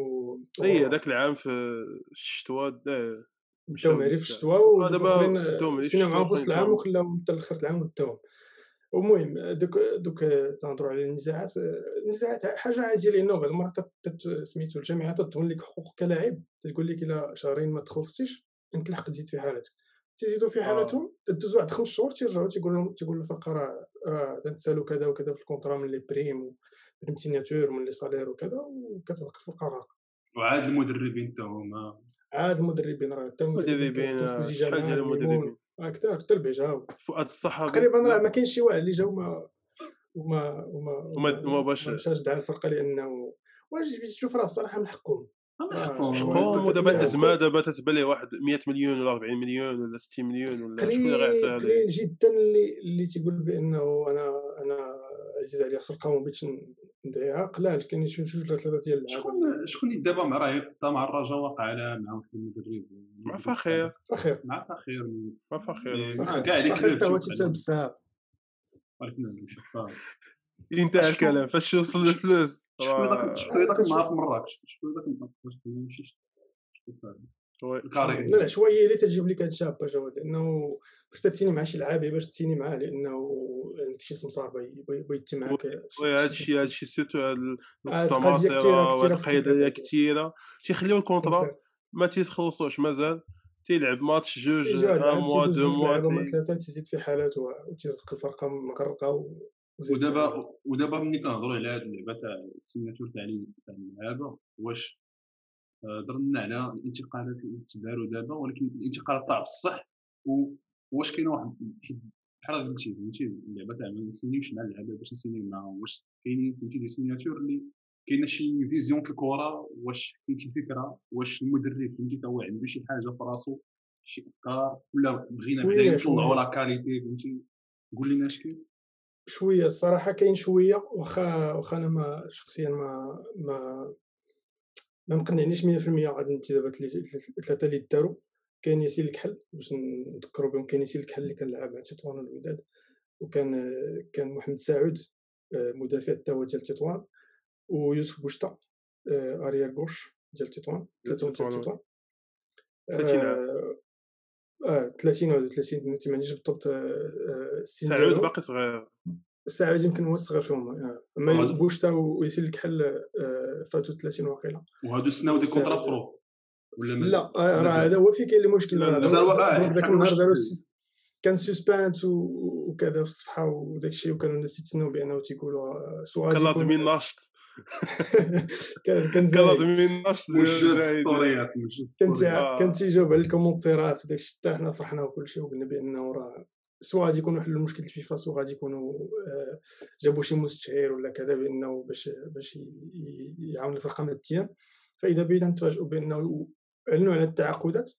Speaker 2: و
Speaker 3: اي
Speaker 2: وغراف.
Speaker 3: هذاك العام في الشتوى دا
Speaker 2: داو
Speaker 3: مشاو
Speaker 2: مهري في
Speaker 3: بزاف.
Speaker 2: الشتوى
Speaker 3: آه،
Speaker 2: ودوك
Speaker 3: دابا
Speaker 2: الاخرين
Speaker 3: داو مهري في
Speaker 2: سيناو معاهم في
Speaker 3: الشتوى
Speaker 2: وسط العام
Speaker 3: خلينا
Speaker 2: وخلاهم حتى الاخر العام وداوهم. المهم دوك دوك تنهضروا على النزاعات. النزاعات حاجه عاديه لانه بعض المرات تت- سميتو الجامعه تضمن لك حقوقك كلاعب، تقول لك الا شهرين ما تخلصتيش يمكن الحق تزيد في حالتك، تزيدوا في حالتهم تدوزوا واحد خمس شهور تيرجعوا تيقول لهم تيقول الفرقه راه راه تنسالوا كذا وكذا في الكونطرا من لي بريم ومن سيناتور ومن لي سالير وكذا، وكتبقى الفرقه غارقه.
Speaker 1: وعاد المدربين حتى هما
Speaker 2: عاد المدربين راه حتى المدربين
Speaker 3: مدربين
Speaker 2: كيدوزوا
Speaker 3: شحال
Speaker 2: جامعه
Speaker 3: ديال المدربين.
Speaker 2: ميمون هكذا حتى البيجا
Speaker 3: فؤاد الصحابي
Speaker 2: تقريبا راه
Speaker 3: لا،
Speaker 2: ما كاينش شي واحد اللي جا وما وما وما
Speaker 3: وما وما باش
Speaker 2: ما مشاش دعا الفرقه لانه واش جيت تشوف راه الصراحه من حقهم.
Speaker 1: من
Speaker 2: آه،
Speaker 1: حقهم.
Speaker 3: حقهم.
Speaker 2: هو
Speaker 3: ودابا
Speaker 2: اللي
Speaker 3: الازمه
Speaker 2: حقهم.
Speaker 3: دابا تتبان ليه واحد مية مليون ولا أربعين مليون ولا ستين مليون ولا شكون اللي
Speaker 2: قليل
Speaker 3: غيعطيها ليه.
Speaker 2: قليل جدا اللي اللي تيقول بانه انا انا عزيز عليا الفرقه وما بغيتش ندعيها. قلال كاين شي جوج ولا ثلاثه ديال اللعابه
Speaker 1: شكون شكون اللي دابا مع راه يقطع مع الرجاء واقع على مع واحد المدرب
Speaker 3: مع فخير
Speaker 2: فخير
Speaker 1: مع فخير
Speaker 3: مع فخير
Speaker 1: إيه،
Speaker 2: فخير
Speaker 1: مع كاع لي
Speaker 2: فخير
Speaker 1: كلوب
Speaker 2: حتى هو
Speaker 1: شوف
Speaker 2: تيتسال بزاف.
Speaker 1: ولكن هذا ماشي فاهم.
Speaker 3: انتهى
Speaker 1: شكون-
Speaker 3: الكلام فاش يوصل للفلوس.
Speaker 1: شكون
Speaker 3: راه-
Speaker 1: ذاك شكون ذاك النهار في مراكش شكون ذاك النهار فاش ما مشيتش شكون فاهم
Speaker 3: وي.
Speaker 1: الكاري
Speaker 2: لا العشوائيه اللي تجيب لك هاد الشاب جواد لانه باش تتسيني مع شي لعابي باش تسيني معاه لانه عندك شي سمسار بغا يتي معاك.
Speaker 3: وي هادشي هادشي سيرتو هاد ال- دوك
Speaker 2: هاد القضية كتيرة-
Speaker 3: السماسره وهاد
Speaker 2: كتيرة في
Speaker 3: القياديه
Speaker 2: الكونترات.
Speaker 3: كثيره تيخليو الكونترا ما تيتخلصوش مازال تيلعب ماتش جوج
Speaker 2: تيجي واحد
Speaker 3: ان
Speaker 2: العام
Speaker 3: موا
Speaker 2: تيدوز
Speaker 3: دو
Speaker 2: جوج
Speaker 3: موا
Speaker 2: لعابة ما
Speaker 3: تي-
Speaker 2: ثلاثة تيزيد في حالات وتيزق الفرقة مغرقة و- وزيد في حالات.
Speaker 1: ودابا ودابا ملي كنهضروا على هاد اللعبه تاع السيناتور تاع ال- تاع اللعابه واش آه، درنا على الانتقالات اللي تداروا دابا ولكن الانتقالات تاع بصح واش كاينه واحد بحال قلتي فهمتي اللعبه تاع ما نسينيوش مع اللعابه باش نسينيو معاهم واش كاينين فهمتي دي سيناتور اللي كاينه شي فيزيون في الكره واش كاين شي فكره واش المدرب فهمتي تا هو عنده شي حاجه في راسو شي افكار ولا بغينا
Speaker 2: شوية-
Speaker 1: بعدا
Speaker 2: شوية.
Speaker 1: نطلعوا لا كاليتي فهمتي قول لنا اش كاين
Speaker 2: شوية الصراحة كاين شوية واخا واخا أنا ما شخصيا ما ما ما مقنعنيش مية في المية هاد الانتدابات اللي ثلاثة اللي داروا. كاين ياسين الكحل باش نذكروا بهم. كاين ياسين الكحل اللي كان لعب مع تطوان والوداد، وكان كان محمد سعود آه، مدافع حتى هو ديال تطوان، ويوسف بوشتا آه، اريير غوش ديال تطوان ثلاثة ديال تطوان.
Speaker 3: ثلاثين عام.
Speaker 2: آه، اه ثلاثين ولا ثلاثين ما عنديش بالضبط آه، آه، السن
Speaker 3: سعود
Speaker 2: ديالو.
Speaker 3: باقي صغير.
Speaker 2: سعود يمكن هو الصغير فيهم. آه، اما
Speaker 1: وهذا-
Speaker 2: بوشتا وياسين الكحل آه، فاتوا ثلاثين واقيلا.
Speaker 1: وهادو سناو دي
Speaker 2: سعود.
Speaker 1: كونترا برو ولا مازال؟
Speaker 2: لا آه، راه
Speaker 1: مازال.
Speaker 2: هذا هو فين كاين المشكل.
Speaker 3: لا،
Speaker 2: راه
Speaker 3: لا،
Speaker 1: مازال
Speaker 2: دابا-
Speaker 1: آه،
Speaker 2: دابا ذاك
Speaker 1: حنا
Speaker 2: النهار
Speaker 1: واش
Speaker 2: داروا
Speaker 1: كاين؟
Speaker 2: السس- كان سسبانس وكذا في الصفحه وداك الشيء، وكانوا الناس يتسناو بانه تيقولوا آه، سوا غادي
Speaker 3: كان
Speaker 2: يكون
Speaker 3: لازم ناشط
Speaker 2: كان كان
Speaker 3: كان
Speaker 2: زايد.
Speaker 3: لازم ناشط
Speaker 1: موجد
Speaker 3: زايد.
Speaker 1: ستوريات موجد
Speaker 2: كان
Speaker 1: ستوريات
Speaker 3: آه.
Speaker 2: كان تيجاوب على الكومونتيرات وداك الشيء حتى حنا فرحنا وكل شيء وقلنا بانه راه سوا غادي يكونوا حلوا مشكل الفيفا سوا غادي يكونوا آه، جابوا شي مستشعر ولا كذا بانه باش باش ي- ي- يعاون الفرقه ماديا. فاذا بينا نتفاجئوا بانه اعلنوا على التعاقدات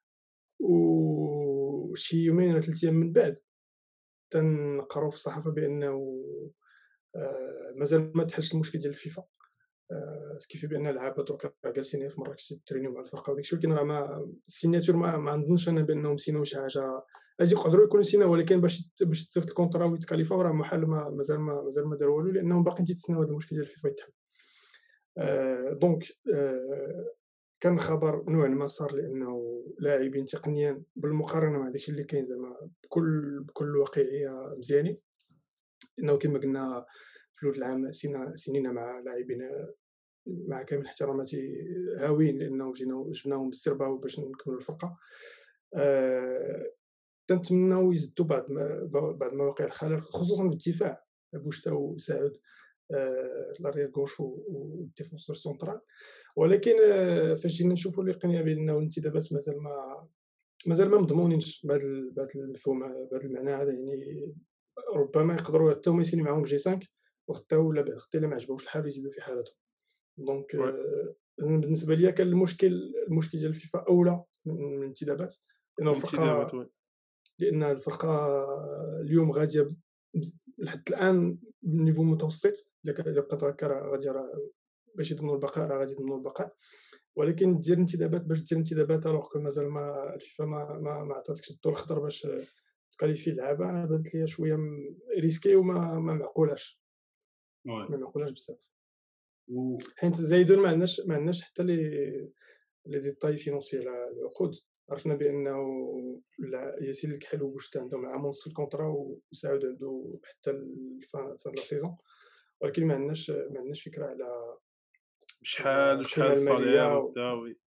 Speaker 2: وشي يومين ولا ثلاث ايام من بعد تنقراو في الصحافه بانه آه، مازال ما تحلش المشكل ديال الفيفا. آه، سكيفي بان اللعابه دروك راه جالسين في مراكش ترينيو مع الفرقه وداك الشيء، ولكن راه ما السيناتور ما, ما نظنش انا بانهم سيناو شي حاجه. غادي يقدروا يكونوا سيناو ولكن باش يت- باش تصيفط الكونترا ويتكاليفاو راه محال. ما مازال ما مازال ما داروا والو لانهم باقيين تيتسناو هذا المشكل ديال الفيفا يتحل. آه، دونك آه، كان خبر نوعا ما صار لانه لاعبين تقنيا بالمقارنه مع داكشي اللي كاين زعما بكل بكل واقعيه مزيانين، انه كما قلنا في الاول العام سينا سنين مع لاعبين مع كامل احتراماتي هاويين لانه جينا جبناهم بالسربه باش نكملوا الفرقه. أه تنتمناو يزدوا بعض ما بعض مواقع الخلل خصوصا في الدفاع بوشتا وسعود أه لاريير غوش والديفونسور سونترال. ولكن أه فاش جينا نشوفوا لقينا بانه الانتدابات مازال ما مازال ما مضمونينش بهذا بهذا المفهوم بهذا المعنى هذا. يعني ربما يقدروا حتى هما يسيني معاهم جي خمسة وحتى ولا بعد حتى الا ما عجبوش الحال يزيدوا في حالتهم. دونك
Speaker 3: Ouais.
Speaker 2: آه، بالنسبه ليا كان المشكل المشكل ديال الفيفا اولى من الانتدابات، لأنه
Speaker 3: الانتدابات
Speaker 2: الفرقة
Speaker 3: وي
Speaker 2: لأن الفرقة اليوم غادية ب بز لحد الآن بنيفو متوسط، إلا ك إلا بقات هكا راه غادي راه باش يضمنوا البقاء راه غادي يضمنوا البقاء، ولكن دير انتدابات باش دير انتدابات ألوغ كو مازال ما الفيفا ما ما ما عطاتكش الضوء الخضر باش تكاليفي اللعابة، أنا بانت ليا شوية م ريسكي وما ما معقولاش،
Speaker 1: وي
Speaker 2: ما معقولاش بزاف.
Speaker 1: و
Speaker 2: حيت زايدون ما عندناش ما عندناش حتى لي لي ديتاي فينونسي على العقود، عرفنا بأنه لا ياسين الكحل وبوشتا عندهم عام ونص الكونطرا وسعود عنده حتى الفان فان لا سيزون، ولكن ما عندناش ما عندناش فكرة على
Speaker 3: شحال
Speaker 2: على
Speaker 3: وشحال
Speaker 2: القيمة
Speaker 3: الصالير
Speaker 2: المالية و
Speaker 3: وبدا وي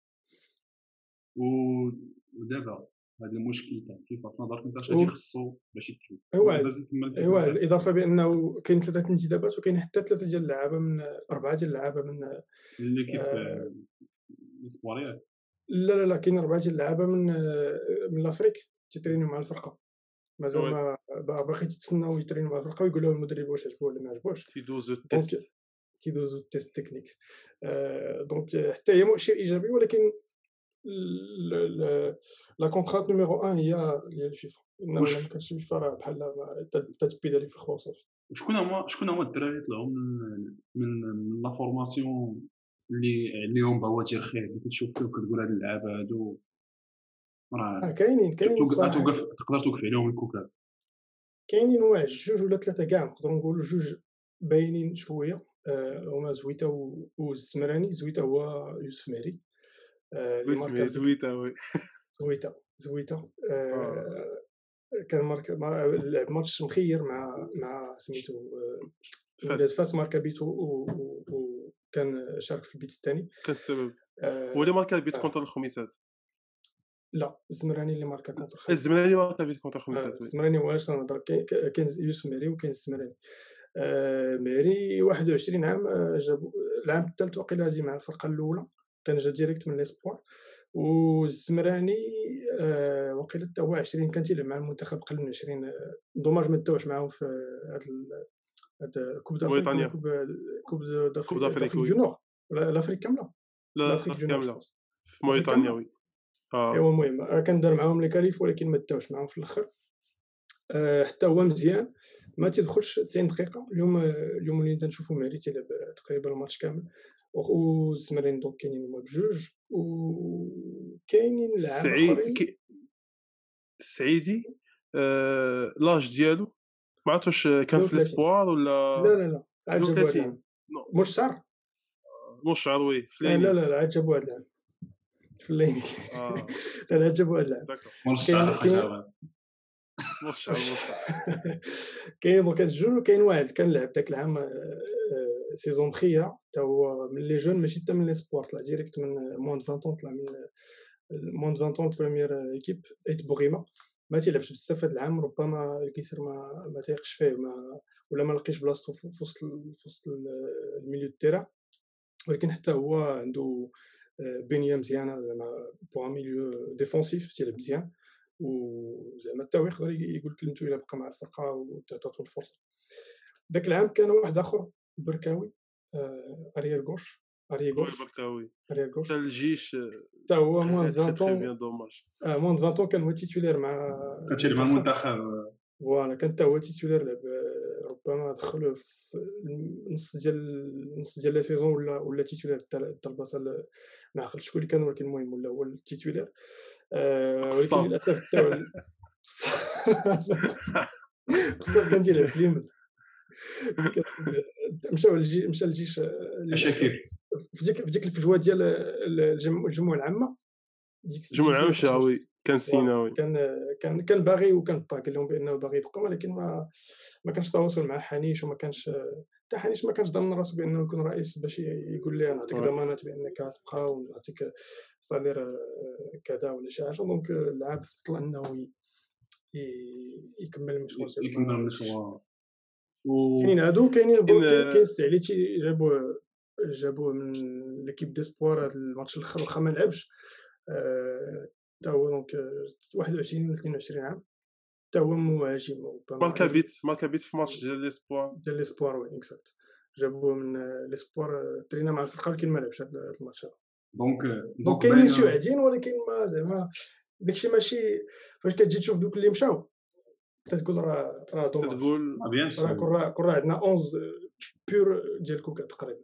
Speaker 1: و ودابا هاد المشكل تاع الفيفا في نظرك أنت اش
Speaker 2: و
Speaker 1: غادي يخصو باش يتحل؟
Speaker 2: أيوا
Speaker 1: ولا مازال كمل الفكرة
Speaker 2: أيوا
Speaker 1: تاعك؟
Speaker 2: الإضافة بأنه كاين ثلاثة انتدابات وكاين حتى ثلاثة ديال اللعابة من أربعة ديال اللعابة من
Speaker 1: من ليكيب
Speaker 2: آآ
Speaker 1: الإسبوار ياك؟
Speaker 2: لا، لا، لا، كاين أربعة ديال اللعابة من من لافريك تيترينيو مع الفرقة، مازال
Speaker 3: وي
Speaker 2: ما با باقي تيتسناو يترينيو مع الفرقة ويقول لهم المدرب واش عجبو والّا ما عجبوش،
Speaker 3: تيدوزو
Speaker 2: دونك
Speaker 3: التيست
Speaker 2: كيدوزو التيست تكنيك. آآ دونك حتى هي مؤشر إيجابي، ولكن ال ال لا كونترانت نيميرو واحد هي هي الفيفا، إنه
Speaker 1: واش
Speaker 2: إلا ما كانش الفيفا راه بحال ما ت تتبيدالي في الخوا وصافي.
Speaker 1: وشكون هما شكون هما الدراري اللي طلعوا من من من لا فورماسيون اللي عليهم بواتير خير اللي كتشوف فيه وكتقول هاد اللعابة هادو
Speaker 2: آه
Speaker 1: راه
Speaker 2: كاينين،
Speaker 1: ت
Speaker 2: كاينين
Speaker 1: توق
Speaker 2: الصراحة،
Speaker 1: توقف تقدر توقف عليهم الكوكاب؟
Speaker 2: كاينين واحد جوج ولا ثلاثة كاع نقدروا نقولوا جوج باينين شوية، آآ هما زويته و والزمراني. زويته هو يوسف مري، آآ اللي ماركا
Speaker 3: واسمها
Speaker 2: بديك
Speaker 3: زويته وي
Speaker 2: زويته، زويته
Speaker 3: آه
Speaker 2: آآ كان ماركا ما لعب ماتش مخير مع مع سميتو آآ ولاد
Speaker 3: فاس
Speaker 2: فاس، ماركا بيت و و وكان شارك في البيت الثاني.
Speaker 3: كان السبب هو
Speaker 2: آآ
Speaker 3: اللي ماركا البيت
Speaker 2: آه،
Speaker 3: كونتر الخميسات
Speaker 2: لأ الزمراني اللي ماركا كونتر خميس.
Speaker 3: الزمالي ماركا البيت كونتر
Speaker 2: آه،
Speaker 3: الخميسات وي
Speaker 2: الزمراني هو علاش تنهضر، كاين ك كاين يوسف مري وكاين الزمراني. آآ ماري واحد وعشرين عام، آآ جابو العام الثالث واقيلا هازي مع الفرقة الأولى، كان جا ديريكت من ليسبوار. والزمراني آآ واقيلا حتى هو عشرين، كان تيلعب مع المنتخب قل من عشرين. دوماج ما داوش معاهم في هاد ال هاد كوب دافريك ولا
Speaker 3: موريتانيا
Speaker 2: كوب كوب
Speaker 3: كوب
Speaker 2: دافريك
Speaker 3: دافريك
Speaker 2: دافريك دو
Speaker 3: وي
Speaker 2: نور ولا لافريك كاملة،
Speaker 3: لا
Speaker 2: لافريك
Speaker 3: الأفريقيا
Speaker 2: دو نور جو
Speaker 3: كاملة
Speaker 2: بونس،
Speaker 3: في
Speaker 2: لافريك
Speaker 3: موريتانيا
Speaker 2: كاملة.
Speaker 3: وي آه
Speaker 2: إيوا المهم راه كان دار معاهم لي كاليف ولكن ما داوش معاهم في الآخر. آآ حتى هو مزيان، ما تيدخلش تسعين دقيقة. اليوم اليوم ولينا نشوفو مهري تيلعب تقريبا الماتش كامل، و والزمراني دونك كاينين هما بجوج، وكاينين لعابة
Speaker 3: السعي
Speaker 2: آخرين.
Speaker 3: كي السعيدي آآ لاج ديالو ما عرفت واش كان في
Speaker 2: اثنين وثلاثين.
Speaker 3: ليسبوار
Speaker 2: لا،
Speaker 3: والّا
Speaker 2: لا، لا، عاد جابو هاد
Speaker 3: اثنين وثلاثين
Speaker 2: العام.
Speaker 3: نو
Speaker 2: موش شهر.
Speaker 3: مشعر وي
Speaker 2: آه لا،
Speaker 3: فليني
Speaker 2: لا، لا، عاد جابو هاد العام في الليل.
Speaker 3: آه
Speaker 2: لا، لا، عاد جابو هاد العام.
Speaker 3: داكور
Speaker 1: مور الشعر
Speaker 2: كاين
Speaker 1: اخا
Speaker 2: كاين
Speaker 1: جواد.
Speaker 3: مشعر مشعر
Speaker 2: كاينين دونك هاد الجوج، وكاين واحد كان لعب داك العام آآ سيزون مخيّرة حتى هو من لي جون، ماشي حتى من ليسبوار، طلع ديريكت من موان دو عشرين، طلع من موان دو عشرين بروميير ايكيب ايت بوغيما. ما تيلعبش بزاف هاد العام، ربما الكيسر ما ما تيقش فيه، ما ولا ما لقيش بلاصتو في في وسط ال في وسط ال الميليو دو تيران، ولكن حتى هو عنده آآ بنية مزيانة زعما بوغ ان ميليو ديفونسيف تيلعب مزيان، وزعما حتى هو يقدر ي يقول كلمتو إلا بقى مع الفرقة وتعطاتو الفرصة. داك العام كان واحد آخر البركاوي، آآ arrière gauche arrière
Speaker 3: وي
Speaker 2: gauche
Speaker 3: بركاوي
Speaker 2: arrière
Speaker 3: حتى
Speaker 2: gauche
Speaker 3: الجيش
Speaker 2: حتى هو
Speaker 3: تري
Speaker 2: moins de
Speaker 3: تري
Speaker 2: vingt
Speaker 3: تري
Speaker 2: ans.
Speaker 3: بيان دوماج
Speaker 2: آه moins de vingt ans كان هو تيتولير مع
Speaker 1: كان تيلعب مع
Speaker 2: المنتخب.
Speaker 1: المنتخب.
Speaker 2: فوالا كان حتى هو تيتولير، لعب ربما دخل في نص ديال نص ديال لا سيزون، ولا ولا تيتولير حتى حتى البلاصة ل ما عقلتش شكون اللي كان، ولكن المهم ولا هو التيتولير. آآ ولكن
Speaker 3: قصاب
Speaker 2: للأسف حتى هو ال قصاب كان تيلعب في اليمن. كان مشاو للجي مشى للجيش للأسف.
Speaker 1: اشاكير
Speaker 2: في ديك في ديك الفجوة ديال ال الجم الجموع العامة، ديك
Speaker 3: جمعة
Speaker 2: ديك
Speaker 3: العام
Speaker 2: فاش خرج.
Speaker 3: شاوي كان
Speaker 2: فوالا
Speaker 3: سيناوي
Speaker 2: كان كان كان باغي وكان با قال لهم بأنه باغي يبقى، ولكن ما ما كانش تواصل مع حنيش، وما كانش حتى حنيش ما كانش ضامن راسو بأنه يكون رئيس باش يقول ليه نعطيك
Speaker 3: وي
Speaker 2: ضمانات بأنك غتبقى ونعطيك صالير كذا ولا شي حاجة. دونك اللعاب فضل أنه ي يكمل المشوار ديالو
Speaker 1: يكمل
Speaker 2: مع الجيش.
Speaker 1: المشوار. و
Speaker 2: كاينين هادو، كاينين
Speaker 3: كاين
Speaker 2: بو كاين كاين السعليتي جابوه جابوه من ليكيب ديسبوار. هاد الماتش الاخر واخا ما لعبش، آآ حتى هو دونك واحد وعشرين ولا اثنين وعشرين عام، حتى هو مهاجم ربما
Speaker 3: ماركا
Speaker 2: إيريك
Speaker 3: بيت ماركا بيت في ماتش ديال ليسبوار
Speaker 2: ديال ليسبوار. وي اكزاكت، جابوه من ليسبوار، ترينا مع الفرقة ولكن ما لعبش هاد الماتش هذا.
Speaker 1: دونك
Speaker 2: دونك
Speaker 1: دونك
Speaker 2: كاينين شي
Speaker 1: باينه
Speaker 2: واعدين ولكن ما زعما داكشي ماشي فاش كتجي تشوف دوك اللي مشاو تتقول راه راه دوماج
Speaker 3: تتقول
Speaker 1: ما بيان
Speaker 2: راه
Speaker 1: سور
Speaker 2: كون راه كون راه عندنا احد عشر بيور ديال كوكا تقريبا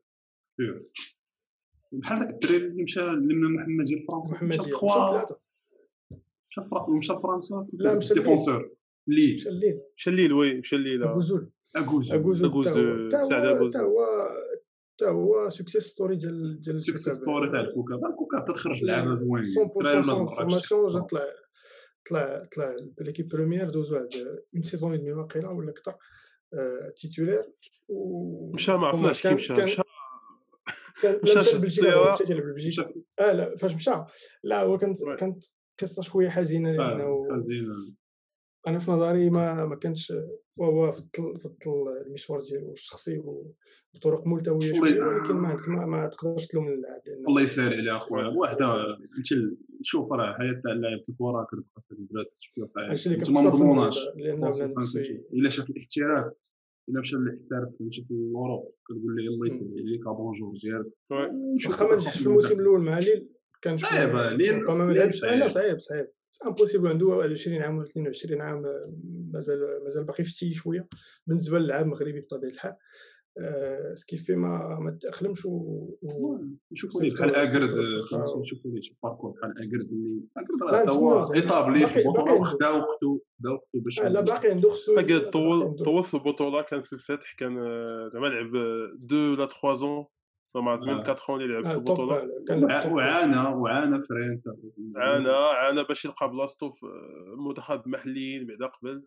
Speaker 1: بحال داك الدراري اللي مشى لما محمد ديال فرنسا مشى
Speaker 2: محمديه
Speaker 1: لخوا
Speaker 2: مشاو ثلاثه
Speaker 1: مشى لفرنسا ومشى لفرنسا
Speaker 2: لا مشى الليل
Speaker 1: ديفونسور لي
Speaker 2: مشى الليل
Speaker 3: مشى الليل وي مشى الليل
Speaker 2: اغوزول
Speaker 1: اغوزو
Speaker 2: اغوزول حتى هو
Speaker 3: اغوز
Speaker 2: حتى
Speaker 3: سعد
Speaker 2: هو
Speaker 3: اغوز
Speaker 2: حتى هو حتى هو سكسيس ستوري ديال ديال
Speaker 1: سكسيس
Speaker 2: الكوكب
Speaker 1: ستوري تاع الكوكا الكوكا تتخرج لعابه زوين الدراري
Speaker 2: مية بالمية
Speaker 1: ولا
Speaker 2: سون فورماسيون جا
Speaker 1: المراكش
Speaker 2: طلع طلع طلع ليكيب بريمير دوز واحد اون سيزون اي دمي واقيلا ولا اكثر تيتولير و
Speaker 3: مشى ما عرفناش كي
Speaker 2: كان
Speaker 3: مشى
Speaker 2: كان
Speaker 3: مشى
Speaker 2: كان لا
Speaker 3: مشى
Speaker 2: مشى
Speaker 3: شد
Speaker 2: لبلجيكا دابا
Speaker 3: السيارة
Speaker 2: مشى لبلجيكا اه لا فاش مشى لا هو كانت
Speaker 3: وي.
Speaker 2: كانت قصه شويه حزينه
Speaker 1: اه
Speaker 2: لانه
Speaker 1: حزينه
Speaker 2: انا في نظري ما ما كانش وهو فضل فضل المشوار ديالو الشخصي وبطرق ملتويه شويه ولكن ما عندك ما, ما تقدرش تلوم اللاعب لانه
Speaker 1: الله يسهل عليه اخويا
Speaker 3: وي.
Speaker 1: وحده انت شوف راه حياه تاع اللاعب في الكره كتبقى في البلاد شويه صعيب
Speaker 2: هادشي اللي
Speaker 1: انت ما
Speaker 2: كنخسر في المغرب
Speaker 1: مضموناش
Speaker 2: لانه بنادم خصو
Speaker 1: الا شاف الاحتراف الا مشى للاحتراف مشى في الاوروب كتقول ليه الله يسهل عليك بونجور ديالك
Speaker 3: وي.
Speaker 2: واخا ما نجحش في الموسم الاول مع ليل كان
Speaker 1: صعيب
Speaker 2: شويه
Speaker 1: لين
Speaker 2: ربما ما
Speaker 1: لين
Speaker 2: لعبش لا لا
Speaker 1: صعيب
Speaker 2: صعيب صعيب امبوسيبل عنده واحد وعشرين عام ولا اثنين وعشرين عام مازال مازال باقي فتي شويه بالنسبه للاعب مغربي بطبيعه الحال آه سكيفي ما ما تاقلمش و
Speaker 1: نشوفوا ليه بحال اكرد فهمتي نشوفوا ليه شي باركور بحال اكرد اللي اكرد راه حتى هو ايطابلي في البطوله وخدا وقتو خدا وقتو باش
Speaker 2: لا باقي عنده خصو
Speaker 3: قال طول طول في البطوله كان في الفتح كان زعما لعب اثنين ولا ثلاثة زون ما عرفت من أربعة اللي لعب في البطوله
Speaker 1: وعانى وعانى فريند
Speaker 3: عانى عانى باش يلقى بلاصتو في المنتخب المحليين بعدا قبل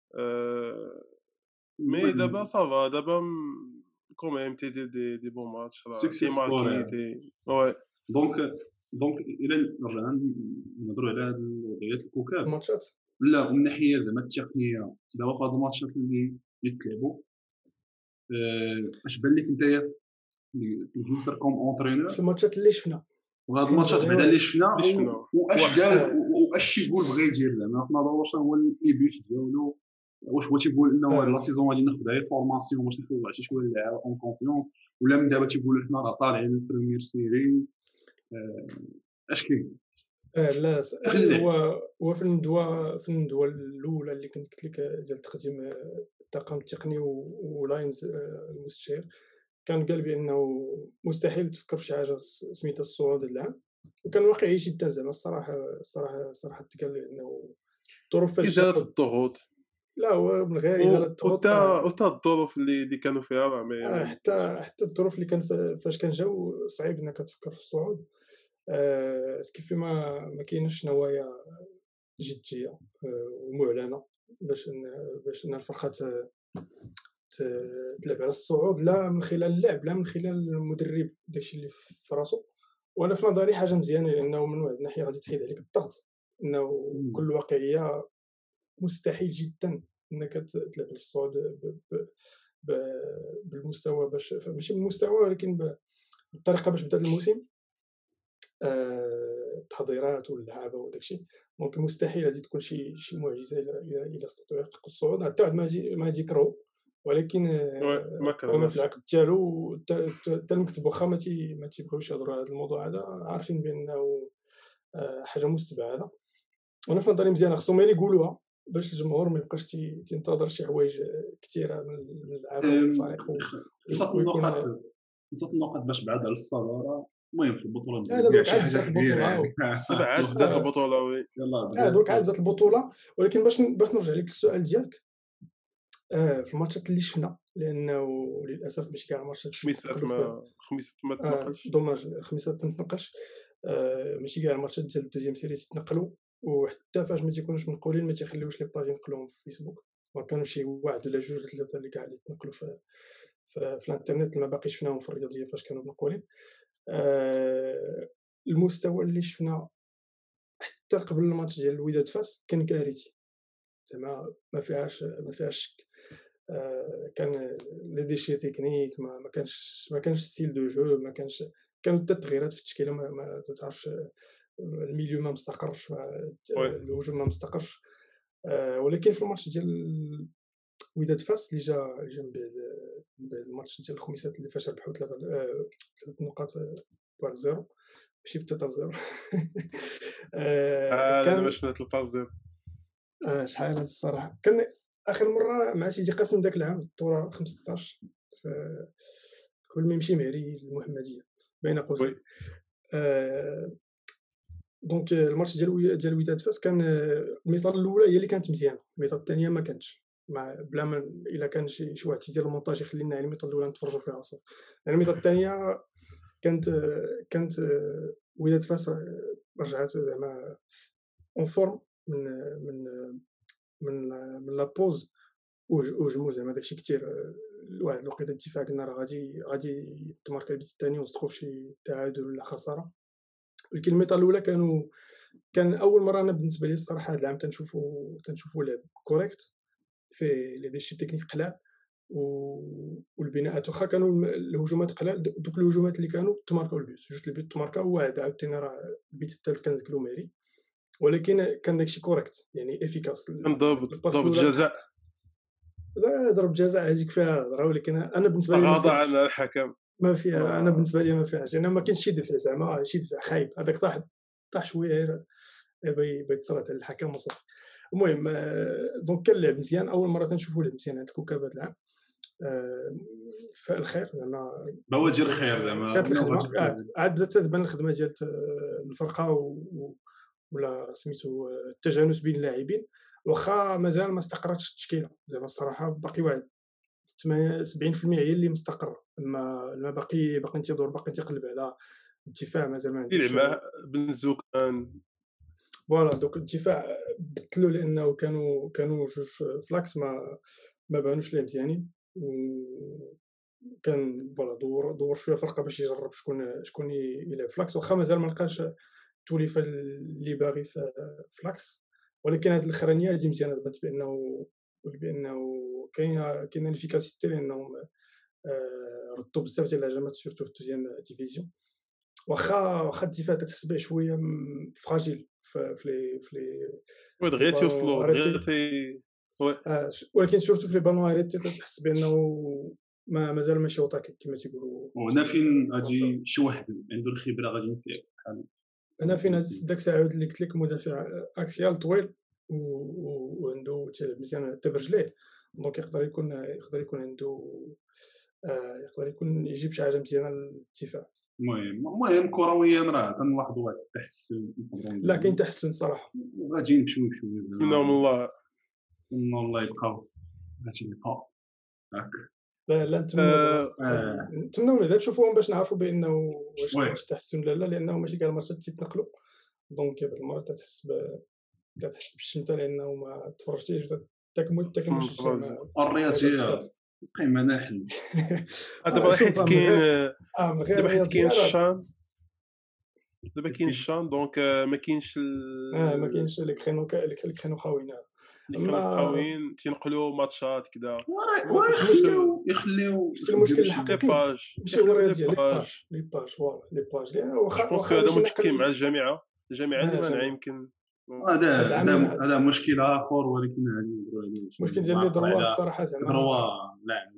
Speaker 3: مي دابا صافا دابا كوميم تيدير دي دي بون ماتش راه تي ماركي تي وي
Speaker 1: دونك دونك الى رجعنا نهضروا على هاد الوضعيات الكوكب
Speaker 2: الماتشات
Speaker 1: لا ومن ناحيه زعما التقنيه دابا في هاد الماتشات اللي اللي تلعبوا اش بان لك نتايا في مصر كوم اونترينور
Speaker 2: في الماتشات اللي شفنا
Speaker 1: وهاد الماتشات بعدا اللي شفنا
Speaker 3: شفنا
Speaker 1: واش قال واش يقول بغى يدير زعما في نظره واش هو البيوت ديالو واش هو تيقول انه لا سيزون غادي ناخذ غير فورماسيون باش نفوق على شويه اللعابه اون كونفيونس ولا من دابا تيقولوا حنا راه طالعين البريمير سيري اش كاين
Speaker 2: اه لا هو هو في الندوه في الندوه الاولى اللي كنت قلت لك ديال تقديم الطاقم التقني ولاينز المستشير كان قال بانه مستحيل تفكر في شي حاجه سميتها الصعود هذا العام وكان واقعي جدا زعما الصراحه الصراحه الصراحه تقال انه الظروف فاش
Speaker 3: ازاله الضغوط
Speaker 2: لا هو من غير ازاله الضغوط
Speaker 3: وتا وتا الظروف اللي اللي كانوا فيها راه
Speaker 2: آه حتى حتى الظروف اللي كان فاش كان جاو صعيب انك تفكر في الصعود آه كيف ما ما كايناش نوايا جديه آه ومعلنه باش باش ان الفرقه تلعب على الصعود لا من خلال اللعب لا من خلال المدرب داكشي اللي في راسو وانا في نظري حاجه مزيانه لانه من واحد الناحيه غادي تحيد عليك الضغط انه بكل واقعيه مستحيل جدا انك تلعب على الصعود بالمستوى باش ماشي بالمستوى ولكن بالطريقه باش بدات الموسم التحضيرات آه واللعابه وداكشي دونك مستحيل غادي تكون شي شي معجزه الى الى استطاع يحقق الصعود حتى ما ما يذكروا ولكن
Speaker 3: ما
Speaker 2: في العقد ديالو حتى المكتب واخا ما ما تيبغيوش يهضروا على هذا الموضوع هذا عارفين بانه حاجه مستبعده وانا في نظري مزيانه خصهم غير يقولوها باش الجمهور ما يبقاش تينتظر شي حوايج كثيره من اللعابه والفريق
Speaker 1: بزاف النقط بزاف النقط باش بعد على الصداره المهم في البطوله
Speaker 2: لا دوك عاد بدات البطوله
Speaker 3: دابا عاد بدات البطوله وي
Speaker 1: يلاه
Speaker 2: اه دوك عاد بدات البطوله ولكن باش باش نرجع لك للسؤال ديالك آه في الماتشات اللي شفنا لانه للاسف ماشي كاع الماتشات
Speaker 3: خميسات ما خميسات ما تنقلش
Speaker 2: آه دوماج خميسات ما تنقلش آه ماشي كاع الماتشات ديال الدوزيام سيري تتنقلوا وحتى فاش ما تيكونوش منقولين ما تيخليوش لي باج ينقلوهم في فيسبوك وكانوا شي واحد ولا جوج ولا ثلاثه اللي كاع اللي تنقلوا في في, في الانترنت ما باقي شفناهم في الرياضيه فاش كانوا منقولين آه المستوى اللي شفنا حتى قبل الماتش ديال الوداد فاس كان كارثي زعما ما فيهاش ما فيهاش شك آه كان لي ديشي تكنيك ما ما كانش ما كانش ستيل دو جو ما كانش كانوا حتى التغييرات في التشكيله ما, ما تعرفش الميليو ما مستقرش الهجوم ما مستقرش آه ولكن في الماتش ديال وداد فاس اللي جا اللي جا من بعد من بعد الماتش ديال الخميسات اللي فاش ربحوا ثلاثه ثلاث نقاط واحد صفر ماشي بتيتر زيرو.
Speaker 3: آه انا
Speaker 2: كان
Speaker 3: ما شفت البازل.
Speaker 2: آه شحال هاد الصراحه كان اخر مره مع سيدي قاسم داك العام الدوره خمسطاش في قبل ما يمشي معري المحمديه بين قوسين.
Speaker 3: وي
Speaker 2: آه دونك الماتش ديال الوداد ديال الوداد فاس كان الميطال الاولى هي اللي كانت مزيانه، الميطال الثانيه ما كانتش مع بلا ما الا كان شي شي واحد تيدير المونتاج يخلي لنا الميطال الاولى نتفرجوا فيها اصلا. يعني الميطال الثانيه كانت كانت وداد فاس رجعت زعما اون فورم من من من من لابوز وجمو زعما داكشي كثير. واحد الوقيته الدفاع قلنا راه غادي غادي تماركا البيت الثاني ونصدقوا في شي تعادل ولا خساره، ولكن الميطال الاولى كانوا كان اول مره انا بالنسبه لي الصراحه هذا العام تنشوفوا تنشوفوا لعب كوريكت في لي ديشي تكنيك قلال والبناءات واخا كانوا الهجومات قلال. دوك الهجومات اللي كانوا تماركاو البيوت جوج البيوت تماركاو واحد عاوتاني راه البيت الثالث كان زكلو ماري، ولكن كان داكشي كوريكت يعني افيكاس.
Speaker 3: ضربت ضربت جزاء
Speaker 2: لا ضرب جزاء هذيك فيها هضره، ولكن انا بالنسبه لي
Speaker 3: تغاضى عنها الحكم
Speaker 2: ما فيها. انا بالنسبه لي ما فيهاش، انا ما كاينش شي دفع زعما شي دفع خايب هذاك طاح طاح شويه غير بيتصرات على الحكم وصافي. المهم دونك كان لعب مزيان، اول مره تنشوفوا لعب مزيان عند كوكاب هذا العام. فالخير زعما
Speaker 1: بواجر خير زعما
Speaker 2: كانت الخدمه عاد بدات تبان الخدمه ديال الفرقه ولا سميتو التجانس بين اللاعبين، واخا مازال ما استقراتش التشكيله زعما الصراحه باقي واحد سبعين بالمئة هي اللي مستقره، اما ما باقي باقي تيدور باقي تيقلب على الدفاع مازال ما عندوش
Speaker 3: مع بن زوكان.
Speaker 2: فوالا دوك الدفاع بدلوا لانه كانوا كانوا جوج فلاكس ما ما بانوش ليه مزيانين، وكان فوالا دور دور شويه فرقه باش يجرب شكون شكون يلعب فلاكس، واخا مازال ما لقاش توليفه اللي باغي في فلاكس. ولكن هذه الاخرانيه هذه مزيانه بانت بانه بانه كاينه كاينه الافيكاسيتي لانهم ردوا بزاف ديال الهجمات سورتو في الدوزيام ديفيزيون، واخا واخا الدفاع تحس به شويه فراجيل في لي في لي
Speaker 3: دغيا تيوصلوا دغيا تي
Speaker 2: ولكن سورتو في لي بالون اريتي تحس بانه ما مازال ماشي وطاك كما تيقولوا.
Speaker 1: وهنا فين غادي شي واحد عنده الخبره غادي ينفع بحال
Speaker 2: هنا فين داك سعود اللي قلت لك مدافع اكسيال طويل وعنده تيلعب مزيان حتى برجليه، دونك يقدر يكون يقدر يكون عنده يقدر يكون يجيب شي حاجه مزيانه للدفاع.
Speaker 1: المهم المهم كرويا راه تنلاحظوا واحد التحسن.
Speaker 2: لا كاين تحسن صراحه
Speaker 1: غادي بشوي بشوي زعما
Speaker 3: ان الله
Speaker 1: ان الله يبقاو غادي يبقاو هاك.
Speaker 2: لا لا نتمنى زعما نتمنى بعدا نشوفوهم باش نعرفوا بانه واش كاين شي تحسن ولا لا، لانه ماشي كاع الماتشات تيتنقلوا، دونك بعض المرات تحس ب تحس بالشمته لانه ما تفرجتيش تكمل تكمل
Speaker 1: الرياضيات قيمه نحل.
Speaker 3: دابا حيت كاين دابا حيت كاين الشان دابا كاين
Speaker 2: كاين
Speaker 3: الشان دونك ما كاينش
Speaker 2: اه ما كاينش لي كرينو اللي كرينو خاويين
Speaker 3: اللي كانوا خاويين تينقلوا ماتشات كذا
Speaker 1: يخليو يخليو
Speaker 2: المشكل الحقيقي ماشي هو
Speaker 3: لي
Speaker 2: ديال
Speaker 3: باج
Speaker 2: لي باج فوالا لي باج واخا
Speaker 3: واخا هذا مشكل مع الجامعه الجامعه اللي مانع يمكن
Speaker 1: هذا هذا مشكل اخر، ولكن هذه نهضروا عليه
Speaker 2: المشكل ديال لي دروا الصراحه زعما
Speaker 1: دروا لا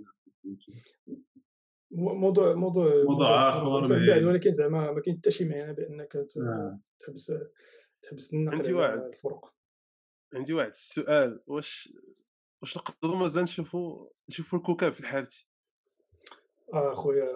Speaker 2: موضوع موضوع
Speaker 1: موضوع اخر
Speaker 2: بعد، ولكن زعما ما كاين حتى شي معنى بانك تحبس تحبس النقل على الفرق.
Speaker 3: عندي واحد السؤال، واش واش نقدروا مازال نشوفوا نشوفوا الكوكب في الحالتي؟
Speaker 2: اه خويا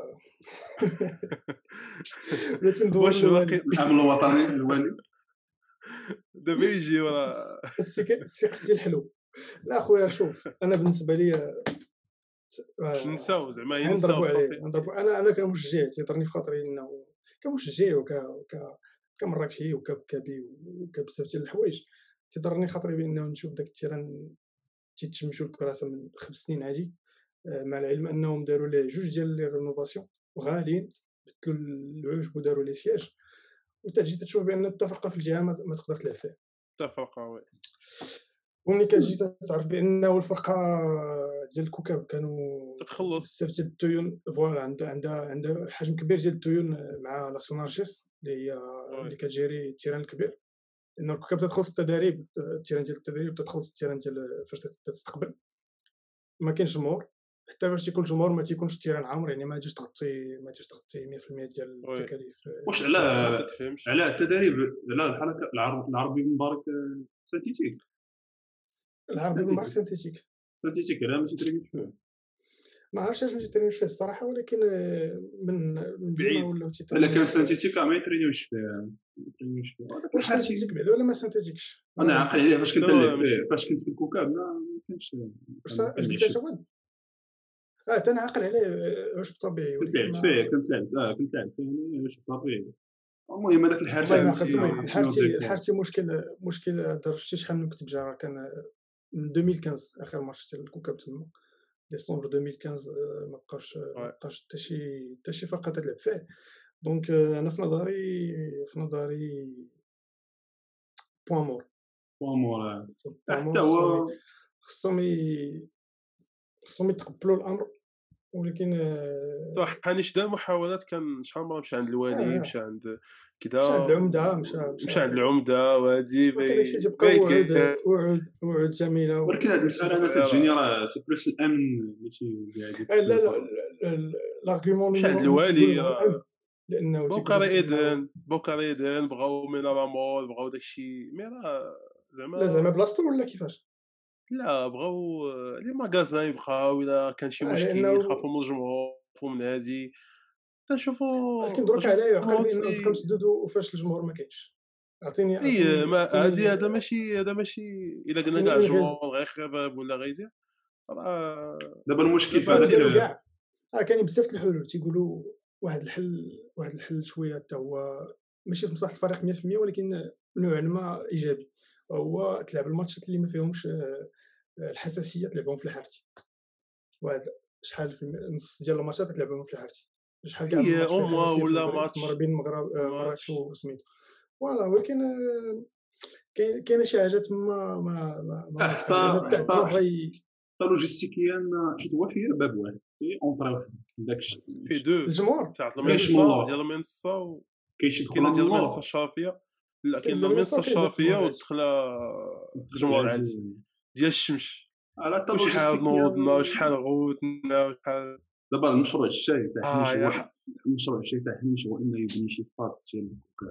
Speaker 2: بلاتي ندور
Speaker 3: واش باقي
Speaker 1: الحمل الوطني الوالي
Speaker 3: دابا يجي ورا
Speaker 2: السي قصدي الحلو. لا خويا شوف انا بالنسبه لي
Speaker 3: نساو زعما
Speaker 2: ينساو صافي. انا انا كمشجع تيضرني في خاطري انه كمشجع وك كمراكشي وكبكابي وكبزاف ديال الحوايج تيضرني خاطري بانه نشوف داك التيران تيتشمشوا الكراسه من خمس سنين عادي، مع العلم انهم داروا ليه جوج ديال لي رينوفاسيون غاليين، بدلوا العشب وداروا لي سياج، وتجي تشوف بان التفرقه في الجهه ما تقدر تلعب فيها
Speaker 3: التفرقه. وي
Speaker 2: وملي كتجي تعرف بانه الفرقه ديال الكوكب كانوا
Speaker 3: تخلص
Speaker 2: بزاف ديال التيون فوالا عندها عندها عندها حجم كبير ديال التيون مع لا سونارجيس اللي هي اللي كتجيري التيران الكبير، لان الكوكب تتخلص التدريب التيران ديال التدريب تتخلص التيران ديال فاش تستقبل، ما كاينش جمهور حتى باش تيكون الجمهور ما تيكونش التيران عامر، يعني ما تجيش تغطي ما تجيش تغطي مية في المية ديال
Speaker 3: وي
Speaker 2: التكاليف.
Speaker 1: واش
Speaker 2: ديال
Speaker 1: على
Speaker 2: البلان.
Speaker 3: ما كتفهمش
Speaker 1: على التدريب على الحركه العرب العربي بن مبارك سانتيتيك
Speaker 2: العربي بن مبارك
Speaker 1: سانتيتيك
Speaker 2: سانتيتيك
Speaker 1: سانتيتيك على ماشي تريني فيه.
Speaker 2: ما عرفتش علاش ما تيترينوش فيه الصراحه، ولكن آه، من من ديما
Speaker 3: بعيد
Speaker 2: ولاو
Speaker 1: الا
Speaker 2: تيترينيو
Speaker 1: كان
Speaker 2: فيه.
Speaker 1: سانتيتيك ما يترينيوش فيه ما يترينيوش فيه هذاك
Speaker 2: واش
Speaker 1: الحال
Speaker 2: سانتيتيك
Speaker 1: شي
Speaker 2: بعدا ولا ما سانتيتيكش؟
Speaker 1: انا
Speaker 2: انا
Speaker 1: عاقل عليه فاش كنت
Speaker 3: لا لا
Speaker 1: نلعب
Speaker 3: ماشي
Speaker 1: فيه فاش كنت في الكوكاب ما ما كانش
Speaker 2: واش
Speaker 1: ما
Speaker 2: سا- اش قلت
Speaker 1: كنعشق
Speaker 2: شواد اه انا عاقل عليه آه، واش طبيعي،
Speaker 1: كنت
Speaker 2: ولكن
Speaker 1: لعبت
Speaker 2: ما
Speaker 1: فيه كنت لعبت اه كنت لعبت فيه يعني واش طبيعي. المهم هذاك الحارس
Speaker 2: والله ما
Speaker 1: عرفتي
Speaker 2: عقلت. المهم
Speaker 1: عرفتي شنو
Speaker 2: الحارتي
Speaker 1: الدير
Speaker 2: الحارتي مشكل مشكل درجتي شحال من كنت بجا، راه كان من ألفين وخمسطاش اخر ماتش ديال الكوكاب تما ديسمبر ألفين وخمسطاش. آه، ما بقاش ما
Speaker 3: وي
Speaker 2: بقاش حتى شي حتى شي فرقه تلعب فيه. دونك آه، انا في نظري في نظري بوان مور
Speaker 1: امور
Speaker 2: بوان
Speaker 1: حتى
Speaker 2: مور. خصهم
Speaker 1: هو
Speaker 2: خصهم ي- خصهم يتقبلوا الامر، ولكن آه،
Speaker 3: صح. حانيش دا محاولات، كان شحال من مره مشى عند الوالي،
Speaker 2: اه
Speaker 3: مشى عند
Speaker 2: مشى عند
Speaker 3: كذا،
Speaker 2: العمده، مشى مشى
Speaker 3: مشى عند العمده وهادي
Speaker 2: ولكن داكشي
Speaker 3: ما
Speaker 2: تيبقى وعود
Speaker 3: يقاس
Speaker 2: وعود وعود جميله
Speaker 1: ولكن هذه
Speaker 2: وداكشي
Speaker 1: المساله انا
Speaker 2: زوين.
Speaker 1: كتجيني
Speaker 3: راه
Speaker 1: راه سي بلوس الامن ماشي كاع هذيك
Speaker 2: آه، لا لا
Speaker 1: الفرق.
Speaker 2: الارغيومون
Speaker 3: مشى عند
Speaker 2: نيميرو ان تيقول
Speaker 3: الوالي.
Speaker 2: لهم
Speaker 3: راه
Speaker 2: الامن، لانه تيقول لك
Speaker 3: بوكاري
Speaker 2: بانه
Speaker 3: ايدن بوكاري ايدن بغاو من رامول، بغاو داكشي، مي راه
Speaker 2: لا زعما
Speaker 3: زعما
Speaker 2: بلاصتو ولا كيفاش.
Speaker 3: لا، بغاو لي ماغازان يبقاو، الا كان شي
Speaker 2: اه
Speaker 3: مشكل
Speaker 2: لانه
Speaker 3: خافوا من الجمهور، خافوا من هادي،
Speaker 2: ولكن
Speaker 3: تنشوفوا
Speaker 2: درك عليا عقل
Speaker 3: الجمهور
Speaker 2: بانه بقى
Speaker 3: تي
Speaker 2: مسدود وفاش الجمهور ما كاينش. اعطيني
Speaker 3: اي
Speaker 2: اعطيني
Speaker 3: ما هادي،
Speaker 2: اعطيني
Speaker 3: هذا ماشي هذا ماشي الا قلنا
Speaker 2: اعطيني
Speaker 3: كاع
Speaker 2: اون غيزون.
Speaker 3: الجمهور غيخرب ولا غيدير، راه
Speaker 1: دابا المشكل في
Speaker 3: دابا
Speaker 2: واش
Speaker 1: هذاك
Speaker 2: قالوا كاع اه كاين بزاف د الحلول تيقولوا واحد الحل واحد الحل شويه حتى هو ماشي في مصلحه الفريق مية في المية، ولكن نوعا ما ايجابي، هو تلعب الماتشات اللي ما فيهمش آه، الحساسيه تلعبهم في الحارتي. واحد شحال في الم- نص ديال الماتشات تلعبهم في الحارتي، شحال كاع من
Speaker 3: اي
Speaker 2: ماتش فيه
Speaker 3: او موا
Speaker 2: الحساسيه في
Speaker 3: ولا
Speaker 2: المغرب في
Speaker 3: ماتش
Speaker 2: بين المغرب آه، مراكش
Speaker 3: ماتش
Speaker 2: وسميتو. فوالا ولكن آه، كاين كاينه شي حاجات ما ما ما, ما
Speaker 1: حتى
Speaker 2: واضحاش. انا حتى حتى
Speaker 1: حتى
Speaker 2: بغا ي-
Speaker 1: حتى لوجيستيكيا حيت هو فيه باب واحد فيه اونطري واحد داك الشيء
Speaker 3: في دو
Speaker 2: الجمهور
Speaker 3: تاع
Speaker 1: كاينش من
Speaker 3: المنصه، ديال
Speaker 1: اللور
Speaker 3: المنصه،
Speaker 1: كاينشي دخل
Speaker 3: كاينه
Speaker 1: من
Speaker 3: ديال المنصه
Speaker 1: اللور
Speaker 3: الشرفيه، لا
Speaker 2: كاين
Speaker 3: كاين
Speaker 2: ديال
Speaker 3: المنصه
Speaker 2: المنصه وكاين ديال
Speaker 3: الشرفيه
Speaker 2: الجمهور العادي.
Speaker 3: ودخل
Speaker 1: دخل
Speaker 3: الجمهور العادي
Speaker 1: العادي
Speaker 3: ديال الشمس،
Speaker 1: على حتى
Speaker 3: وشحال
Speaker 1: لوجيستيكيا.
Speaker 3: نوضنا وشحال غوتنا وشحال
Speaker 1: دابا المشروع الشاي تاع
Speaker 3: اه
Speaker 1: حنيش
Speaker 3: يا
Speaker 1: هو
Speaker 3: ح...
Speaker 1: المشروع الشاي تاع حنيش هو انه يبني شي ستاد ديال الكوكاب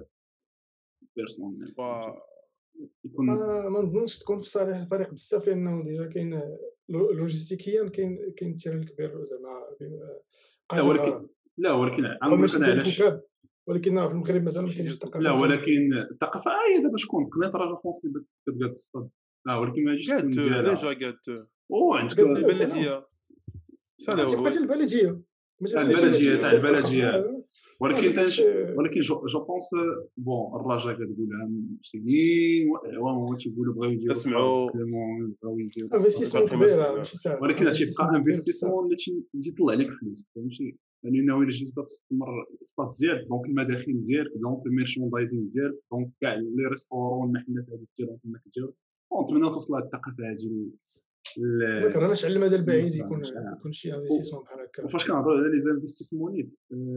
Speaker 1: بيرسونيل
Speaker 3: و...
Speaker 1: يكون
Speaker 2: ما ما نظنش تكون في صالح الفريق بزاف، لانه ديجا كاين لو- لوجيستيكيا كاين كاين التيران الكبير زعما
Speaker 1: لا
Speaker 2: قاعه
Speaker 1: ولكن
Speaker 2: الغرض.
Speaker 1: لا ولكن
Speaker 2: هو
Speaker 1: غنقول لك
Speaker 2: ماشي
Speaker 1: انا
Speaker 2: ديال
Speaker 1: علاش.
Speaker 2: الكوكاب، ولكن راه في المغرب مازال ما
Speaker 3: ماشي
Speaker 2: كاينش
Speaker 3: ديال
Speaker 2: الثقافه
Speaker 1: لا
Speaker 2: ديال
Speaker 1: ولكن الثقافه اه دابا شكون قنيط راه جو بونس اللي كتبدا تصطاد اه ولكن ما يجيش تكون
Speaker 3: قالت
Speaker 1: ديالها.
Speaker 3: ديجا قالت
Speaker 1: وعندك
Speaker 2: قالت له سلام.
Speaker 3: البلديه
Speaker 2: آه،
Speaker 3: سالاو
Speaker 2: تيبقى
Speaker 3: هو
Speaker 2: ديال البلديه ماشي
Speaker 1: آه،
Speaker 2: ماشي
Speaker 1: البلديه
Speaker 2: ماشي
Speaker 1: تاع
Speaker 2: ماشي الفرقه.
Speaker 1: البلديه
Speaker 2: آه، ما
Speaker 1: ولكن
Speaker 2: قلت لكش
Speaker 1: تنش ولكن جو جو بونس بون الرجاء كتقولها سنين وهو تيقولوا بغاو يديروا
Speaker 3: اسمعوا
Speaker 1: ستاد بغاو يديروا ستاد
Speaker 2: انفستيسمون
Speaker 3: باقي ما
Speaker 2: كبيره
Speaker 3: سمعنا.
Speaker 2: ماشي ساهل.
Speaker 1: ولكن هادشي بقى
Speaker 2: انفستيسمون كبير بزاف.
Speaker 1: انفستيسمون اللي تيجي يطلع لك فلوس فهمتي يعني ناوي الا جيت تستثمر الستاد ديالك دونك المداخيل ديالك دونك الميرشوندايزين ديالك دونك كاع لي ريستورون والمحلات هذوك ديالهم كما كديروا ونتمنى توصل هاد الثقافه هادي
Speaker 2: ذكر انا على المدى البعيد
Speaker 1: ل-
Speaker 2: يكون يكون شي انفستيسمون بحال هكا.
Speaker 1: وفاش كنهضروا على لي زانفستيسمون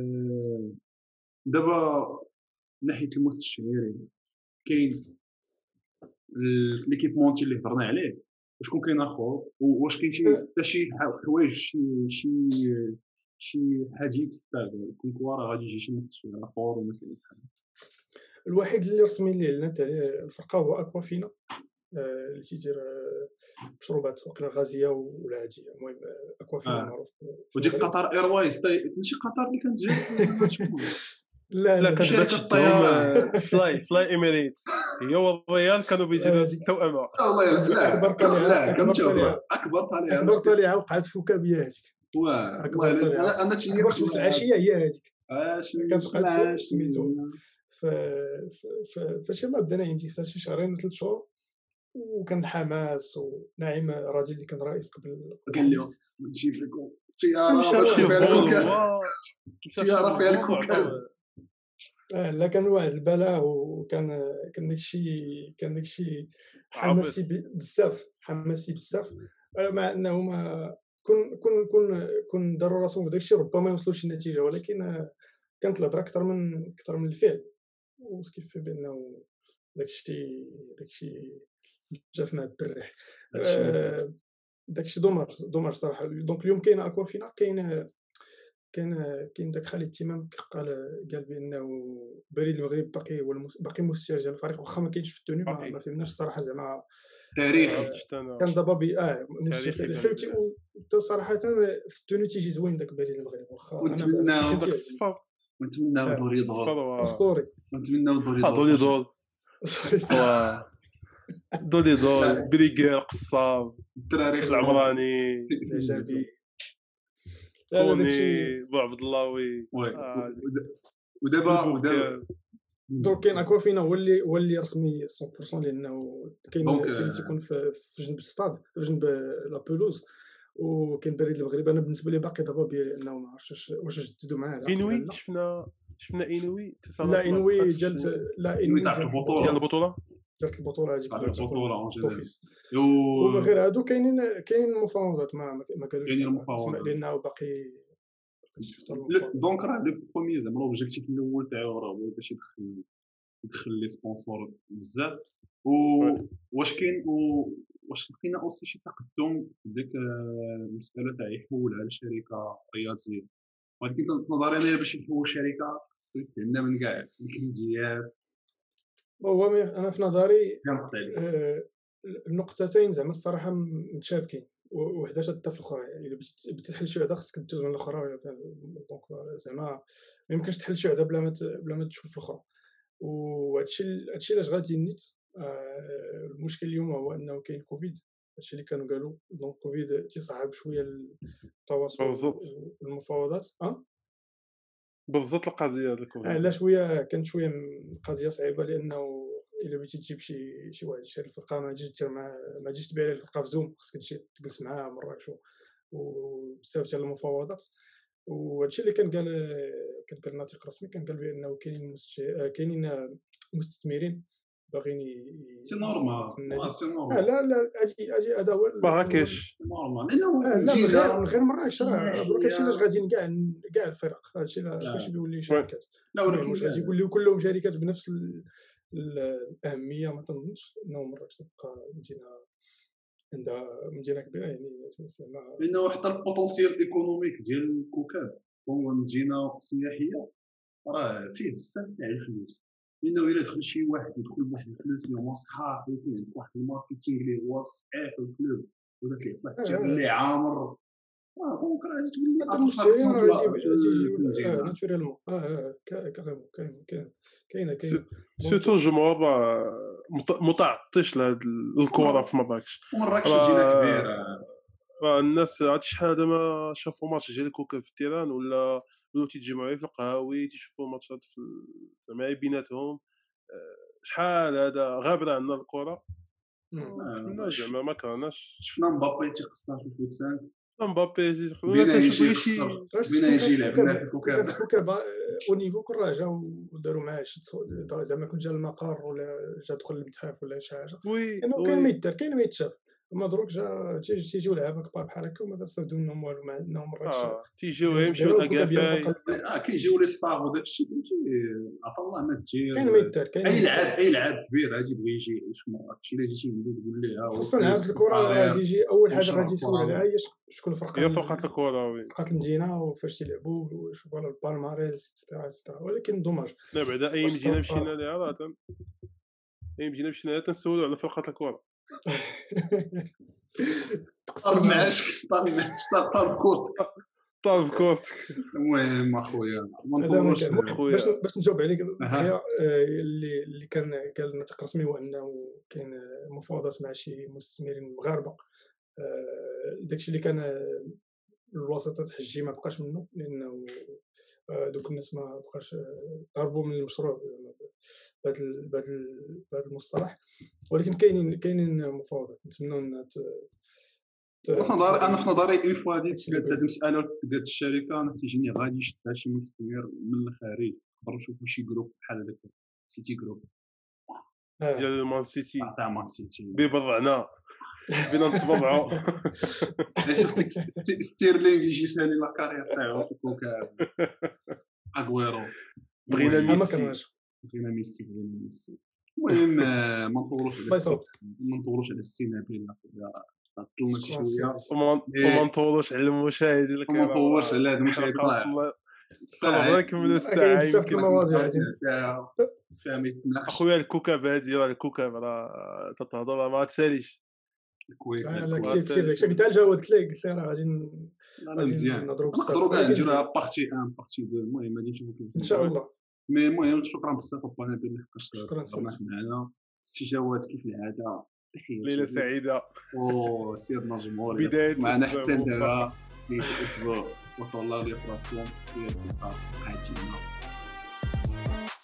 Speaker 1: دابا ناحيه المستشعرين كاين ليكيبمونتي اللي هضرنا عليه وشكون كاين اخر واش كاين شي حتى شي حوايج شي شي شي حديث تاع كونكوا راه غادي يجي شي مستشعر اخر ومسائل بحال
Speaker 2: الوحيد اللي رسمي اللي اعلنت عليه الفرقه هو اكوافينا آه، اللي تيدير آه، مشروبات وقيلا غازيه ولا عاديه. المهم آه، اكوافينا
Speaker 1: آه.
Speaker 2: معروف في
Speaker 1: وديك
Speaker 2: المغرب.
Speaker 1: قطر ايروايز ماشي قطر اللي كانت جايه ولا شكون
Speaker 2: لا
Speaker 3: لا
Speaker 2: لا
Speaker 3: كانت
Speaker 1: شركة
Speaker 3: بغات تشدهم
Speaker 1: الطيران.
Speaker 3: آه، فلاي فلاي ايميريتس، هي والريال كانوا بيديروا
Speaker 2: هذيك
Speaker 3: توأمة.
Speaker 1: والله لا
Speaker 2: اكبر طليعه
Speaker 1: لا
Speaker 2: اكبر
Speaker 1: كنمشي
Speaker 2: طليعه
Speaker 1: اكبر طالع
Speaker 2: اكبر طليعه وقعت في كوكابيه هذيك. اكبر
Speaker 1: والله
Speaker 2: طليعه
Speaker 1: انا انا
Speaker 2: اكبر شمس العشيه هي هذيك
Speaker 1: اش
Speaker 2: كانت وقعت في
Speaker 1: اش
Speaker 2: سميتو ف فاش ما بدينا يمكن شي شهرين ثلاث شهور، وكان الحماس ونعيم راجل اللي كان رئيس قبل
Speaker 1: قال لهم نجيب لكم
Speaker 3: مشى
Speaker 1: سياره
Speaker 3: شي
Speaker 1: فيها
Speaker 3: فول
Speaker 1: الكوكب
Speaker 3: هو مشى شي
Speaker 1: سياره فيها
Speaker 3: فول
Speaker 1: الكوكب
Speaker 3: عبر
Speaker 2: آه لا كان واحد البلاء، وكان كان داكشي كان داكشي حماسي
Speaker 3: عبط.
Speaker 2: ب- بزاف حماسي بزاف آه، مع انه ما كون كون كون كون داروا راسهم بداكشي ربما يوصلوا شي نتيجه، ولكن آه، كانت الهضره اكثر من اكثر من الفعل، وسكيف بانه داكشي داكشي جا في مع الدريح.
Speaker 1: هادشي
Speaker 2: آه، داكشي دوماج دوماج صراحه. دونك اليوم كاين اكوافينا، كاين كاين كاين داك خالد تيمام قال قال بانه بريد المغرب باقي هو المس... باقي مسترجع الفريق واخا ما كاينش في التوني. ما,
Speaker 3: باقي
Speaker 2: ما فهمناش الصراحه زعما
Speaker 1: تاريخي
Speaker 2: آه،
Speaker 3: شفت انا
Speaker 2: كان دابا بي اه
Speaker 3: تاريخي
Speaker 2: مستشفى
Speaker 3: كان
Speaker 2: فهمتي. وحتى صراحه في التوني تيجي زوين داك بريد المغرب واخا انا
Speaker 1: ونتمناو
Speaker 2: شي
Speaker 3: داك
Speaker 2: تيعجبني.
Speaker 3: الصفر
Speaker 1: ونتمناو
Speaker 2: آه،
Speaker 1: دوري
Speaker 3: الصفر
Speaker 1: دور
Speaker 3: و
Speaker 2: اسطوري
Speaker 1: ونتمناو دوري
Speaker 3: اه
Speaker 1: دور
Speaker 3: دولي
Speaker 1: فاش-
Speaker 3: دول و دولي دول بريغير قصاب
Speaker 1: الدراري
Speaker 3: العمراني
Speaker 2: جابي لا لا داكشي.
Speaker 3: كوني بو عبد اللهوي
Speaker 1: وي
Speaker 3: آه،
Speaker 1: ود- ودابا ودابا
Speaker 3: البوكال
Speaker 2: دونك كاين اكوافينا هو اللي هو اللي رسمي مية بالمية لانه كاين
Speaker 1: دونك،
Speaker 2: كاين
Speaker 1: آه،
Speaker 2: تيكون في, في جنب الستاد في جنب لا بولوز. وكاين بريد المغرب انا بالنسبه لي باقي ضباب لانه ما عرفتش واش جددوا معاه لا ولا
Speaker 3: انوي
Speaker 2: لا.
Speaker 3: شفنا شفنا انوي اتصالات
Speaker 2: لا
Speaker 3: ما
Speaker 2: انوي
Speaker 3: بقاتش
Speaker 2: جات لا
Speaker 1: إنوي
Speaker 2: انوي
Speaker 1: تاع
Speaker 2: جات
Speaker 1: البطولة.
Speaker 3: ديال البطوله
Speaker 2: جات البطوله هذيك
Speaker 1: تاع
Speaker 2: اللي تكون
Speaker 1: البطولة اون جينيرال.
Speaker 2: اوفيس. ومن
Speaker 1: و
Speaker 2: غير هادو كاينين كاينين مفاوضات ما ما قالوش
Speaker 1: كاينين
Speaker 2: زعما
Speaker 1: المفاوضات.
Speaker 2: اسمع لانه باقي شفت
Speaker 1: ل-
Speaker 2: المفاوضات.
Speaker 1: دونك راه لو بروميي زعما لوبجيكتيف الاول تاعو راه هو باش يدخل يدخل لي سبونسور بزاف. و
Speaker 3: وي.
Speaker 1: واش كاين و- واش لقينا اوسي شي تقدم في ديك آه، المساله تاع يحولها لشركه رياضيه. ولكن نظري انا باش يحول شركه خصو يتهنى من كاع الكلينيات
Speaker 2: هو مي- انا في نظري
Speaker 1: كاع نقطع عليك.
Speaker 2: آه، النقطتين زعما الصراحه م- متشابكين و- وحده شاده في الاخرى. يعني الا بغيتي بغيتي تحل شي وحده خصك دوز من الاخرى. دونك زعما ما يمكنش تحل شي وحده بلا ما ت- بلا ما تشوف الاخرى. وهادشي هادشي علاش غادي نيت. آه، المشكل اليوم هو انه كاين كوفيد. هادشي اللي كانوا قالوا دونك كوفيد تيصعب شويه التواصل
Speaker 3: بالضبط.
Speaker 2: والمفاوضات. اه
Speaker 3: بالضبط القضيه هذا
Speaker 2: آه
Speaker 3: الكوفيد
Speaker 2: لا شويه كانت شويه م- قضيه صعيبه لانه الا بغيتي تجيب شي شي واحد يشري الفرقه ما تجيش دير مع ما تجيش تبيع ليه الفرقه في زوم. خصك تجي تجلس معاه مراكش و- وبزاف ديال المفاوضات. وهادشي اللي كان قال كان قال ناطق رسمي كان قال بانه كاينين مستش... آه، كاينين آه، مستثمرين باغيين ي-
Speaker 1: سي
Speaker 2: يستثمروا
Speaker 1: نورمال
Speaker 2: في النادي.
Speaker 1: آه، سي
Speaker 2: اه
Speaker 1: نورمال
Speaker 2: لا لا هادي هادي هذا هو ال-
Speaker 3: ما
Speaker 2: هو ال-
Speaker 3: هكاش
Speaker 1: نورمال لانه
Speaker 2: آه لا من غير
Speaker 1: مدينه
Speaker 2: من غير مراكش راه دروك هادشي علاش
Speaker 1: سياحيه.
Speaker 2: غاديين كاع كاع الفرق. هادشي لا
Speaker 1: لا.
Speaker 2: كلشي بيولي شركات.
Speaker 1: لا
Speaker 2: المهم
Speaker 1: ولكن
Speaker 2: واش غادي يوليو كلهم شركات بنفس ال- ال- الاهميه؟ ما تنظنش انه مراكش تبقى مدينه عندها مدينه كبيره يعني زعما.
Speaker 1: لانه حتى البوتونسيال ايكونوميك ديال الكوكب هو مدينه سياحيه راه فيه بزاف تاع الفلوس. لانه الا دخل شي واحد يدخل بواحد الفلوس اللي هما صحاح ويكون عنده واحد الماركتينغ اللي هو صحيح في الكلوب ودات ليه واحد التير اللي عامر اه دونك راه غادي تولي
Speaker 2: حتى المشترين راه غادي
Speaker 1: في
Speaker 2: غادي
Speaker 1: المدينه.
Speaker 2: اه ناتوريلمون اه اه كا- كاريمون كاين كاين كاينه كاينه.
Speaker 3: سيرتو الجمهور راه مت- متعطش لهاد الكره في مراكش.
Speaker 1: ومراكش
Speaker 3: راه-
Speaker 1: مدينه كبيره.
Speaker 3: راه الناس عرفتي شحال هذا ما شافوا ماتش ديال الكوكب في التيران ولا ولاو تيتجمعوا في القهاوي تيشوفوا ماتشات في زعما بيناتهم. آه، شحال هذا غابره عندنا الكره.
Speaker 2: مم.
Speaker 3: كنا زعما ما كرهناش
Speaker 1: شفنا مبابي تيقصنا في الفوتسال
Speaker 3: مبابي تيخ-
Speaker 1: بينا
Speaker 3: كنشوف
Speaker 1: يجي
Speaker 3: غير شي
Speaker 1: يخسر
Speaker 2: واش
Speaker 1: بينا يجي يلعب لنا في الكوكب.
Speaker 2: كانت الكوكب او نيفو كون راه جاو وداروا معاه شي تصو- زعما كون جا المقر ولا جا دخل المتحف ولا شي حاجه.
Speaker 3: وي
Speaker 2: لانه كاين ما
Speaker 3: وي
Speaker 2: يدار كاين ما يتشاف. اما دروك جا تيجي تيجيو لعابه كبار بحال هكا وما تستافدوا منهم والو مع انهم مراكش
Speaker 3: اه تيجيو
Speaker 2: مدينة
Speaker 3: يمشيو
Speaker 2: كبيرة والكوكب ديالها
Speaker 3: لاكافاي
Speaker 2: باقا
Speaker 1: اه كيجيو لي ستار وداك الشيء فهمتي عطا الله ما دير.
Speaker 2: كاين ما يدار كاين ما
Speaker 1: اي
Speaker 2: يدار.
Speaker 1: لعاب اي لعاب كبير غادي يبغي يجي يعيش في مراكش الا جيتي عنده تقول ليه ها هو
Speaker 2: خصوصا لعابة الكره راه غادي يجي اول حاجه غادي يسول عليها هي شكون الفرقه
Speaker 3: هي فرقه الكره. وي
Speaker 2: فرقه المدينه وفاش تيلعبوا واش فوالا البالماريس اكسترا اكسترا. ولكن دوماج
Speaker 3: لا بعدا اي
Speaker 2: واش
Speaker 3: مدينه
Speaker 2: الصوت
Speaker 3: مشينا ليها راه تن- اي مدينه مشينا ليها تنسولوا على فرقه الكره.
Speaker 2: تقصر
Speaker 1: طالب
Speaker 2: معاه.
Speaker 1: معاش طالب معاش طالب كورت.
Speaker 3: طالب كورتك
Speaker 1: المهم اخويا ما
Speaker 2: هذا ما
Speaker 1: نطولوش.
Speaker 2: كان. المهم
Speaker 3: خويا.
Speaker 2: باش باش نجاوب عليك
Speaker 1: أها.
Speaker 2: دغيا آه، اللي اللي كان قال الناطق الرسمي هو انه كاين آه، مفاوضات مع شي مستثمرين مغاربه. آه، داكشي اللي كان آه، الوساطه تحجي ما بقاش منه لانه آه، دوك الناس ما بقاش آه، هربوا من المشروع بهذا بهذا بهذا المصطلح. ولكن كاينين كاينين مفاوضات نتمنوا انها ت- ت-
Speaker 1: انا في نظري انا في
Speaker 2: تبقى-
Speaker 1: نظري اون فوا هذه
Speaker 2: داكشي اللي
Speaker 1: هذه المساله تقاد الشركه انا تيجيني غادي يشدها شي مستثمر من الخارج. نقدروا نشوفوا شي جروب بحال هذاك سيتي جروب
Speaker 2: آه.
Speaker 3: ديال مان سيتي
Speaker 1: تاع مان سيتي.
Speaker 3: بيبضعنا بينا نتبضعوا.
Speaker 1: شفتك ست- ستيرلينغ يجي سالي لا كارير تاعو في الكوكب. اغويرو
Speaker 3: بغينا
Speaker 1: المهم،
Speaker 2: ما
Speaker 3: ميسي.
Speaker 2: كرهناش.
Speaker 1: بغينا ميسي بغينا ميسي. المهم آه، ما نطولوش على
Speaker 2: الله
Speaker 1: السي-
Speaker 2: يصوب.
Speaker 1: ما نطولوش على السينابيل اخويا. طلنا شي
Speaker 2: شكراً
Speaker 1: شويه
Speaker 2: سيدي.
Speaker 3: وما
Speaker 1: إيه.
Speaker 3: وما نطولوش على المشاهد اللي
Speaker 1: وما نطولش على هاد المشاهد
Speaker 3: الحلقه
Speaker 1: طالع.
Speaker 3: وصلنا
Speaker 1: الساعة
Speaker 3: قربنا نكملوا
Speaker 2: كاين
Speaker 3: الساعه
Speaker 2: بزاف د
Speaker 3: يمكن
Speaker 2: المواضيع
Speaker 1: فيها
Speaker 2: عاوتاني.
Speaker 1: فيها فيها ما يتناقش.
Speaker 3: اخويا الكوكب هادي راه الكوكب راه تتهضر ما تساليش
Speaker 1: الكويت
Speaker 2: لا لا
Speaker 1: الكويت.
Speaker 2: كثير كثير داكشي قلت لها قلت ليه قلت لها راه غادي ن-
Speaker 1: لا
Speaker 2: غادي
Speaker 1: مزيان
Speaker 2: نهضروا بزاف
Speaker 1: نقدروا كاع
Speaker 2: ولكن
Speaker 1: نديروا
Speaker 2: مزيان.
Speaker 1: بارتي واحد بارتي اثنين المهم غادي نشوفوا كيف
Speaker 2: ان شاء الله.
Speaker 1: مي المهم شكرا بزاف ابانا بلي لقاش
Speaker 2: شكراً
Speaker 1: صبرنا
Speaker 2: سيدي.
Speaker 1: معنا استجابات كيف العاده تحيه
Speaker 3: ليله سعيده
Speaker 1: او سيدنا الجمهور
Speaker 3: بداية
Speaker 1: معنا
Speaker 3: الأسبوع
Speaker 1: حتى
Speaker 3: موفقة.
Speaker 1: دابا بداية الاسبوع وطلعوا لي فراسكم في التقاء قادم.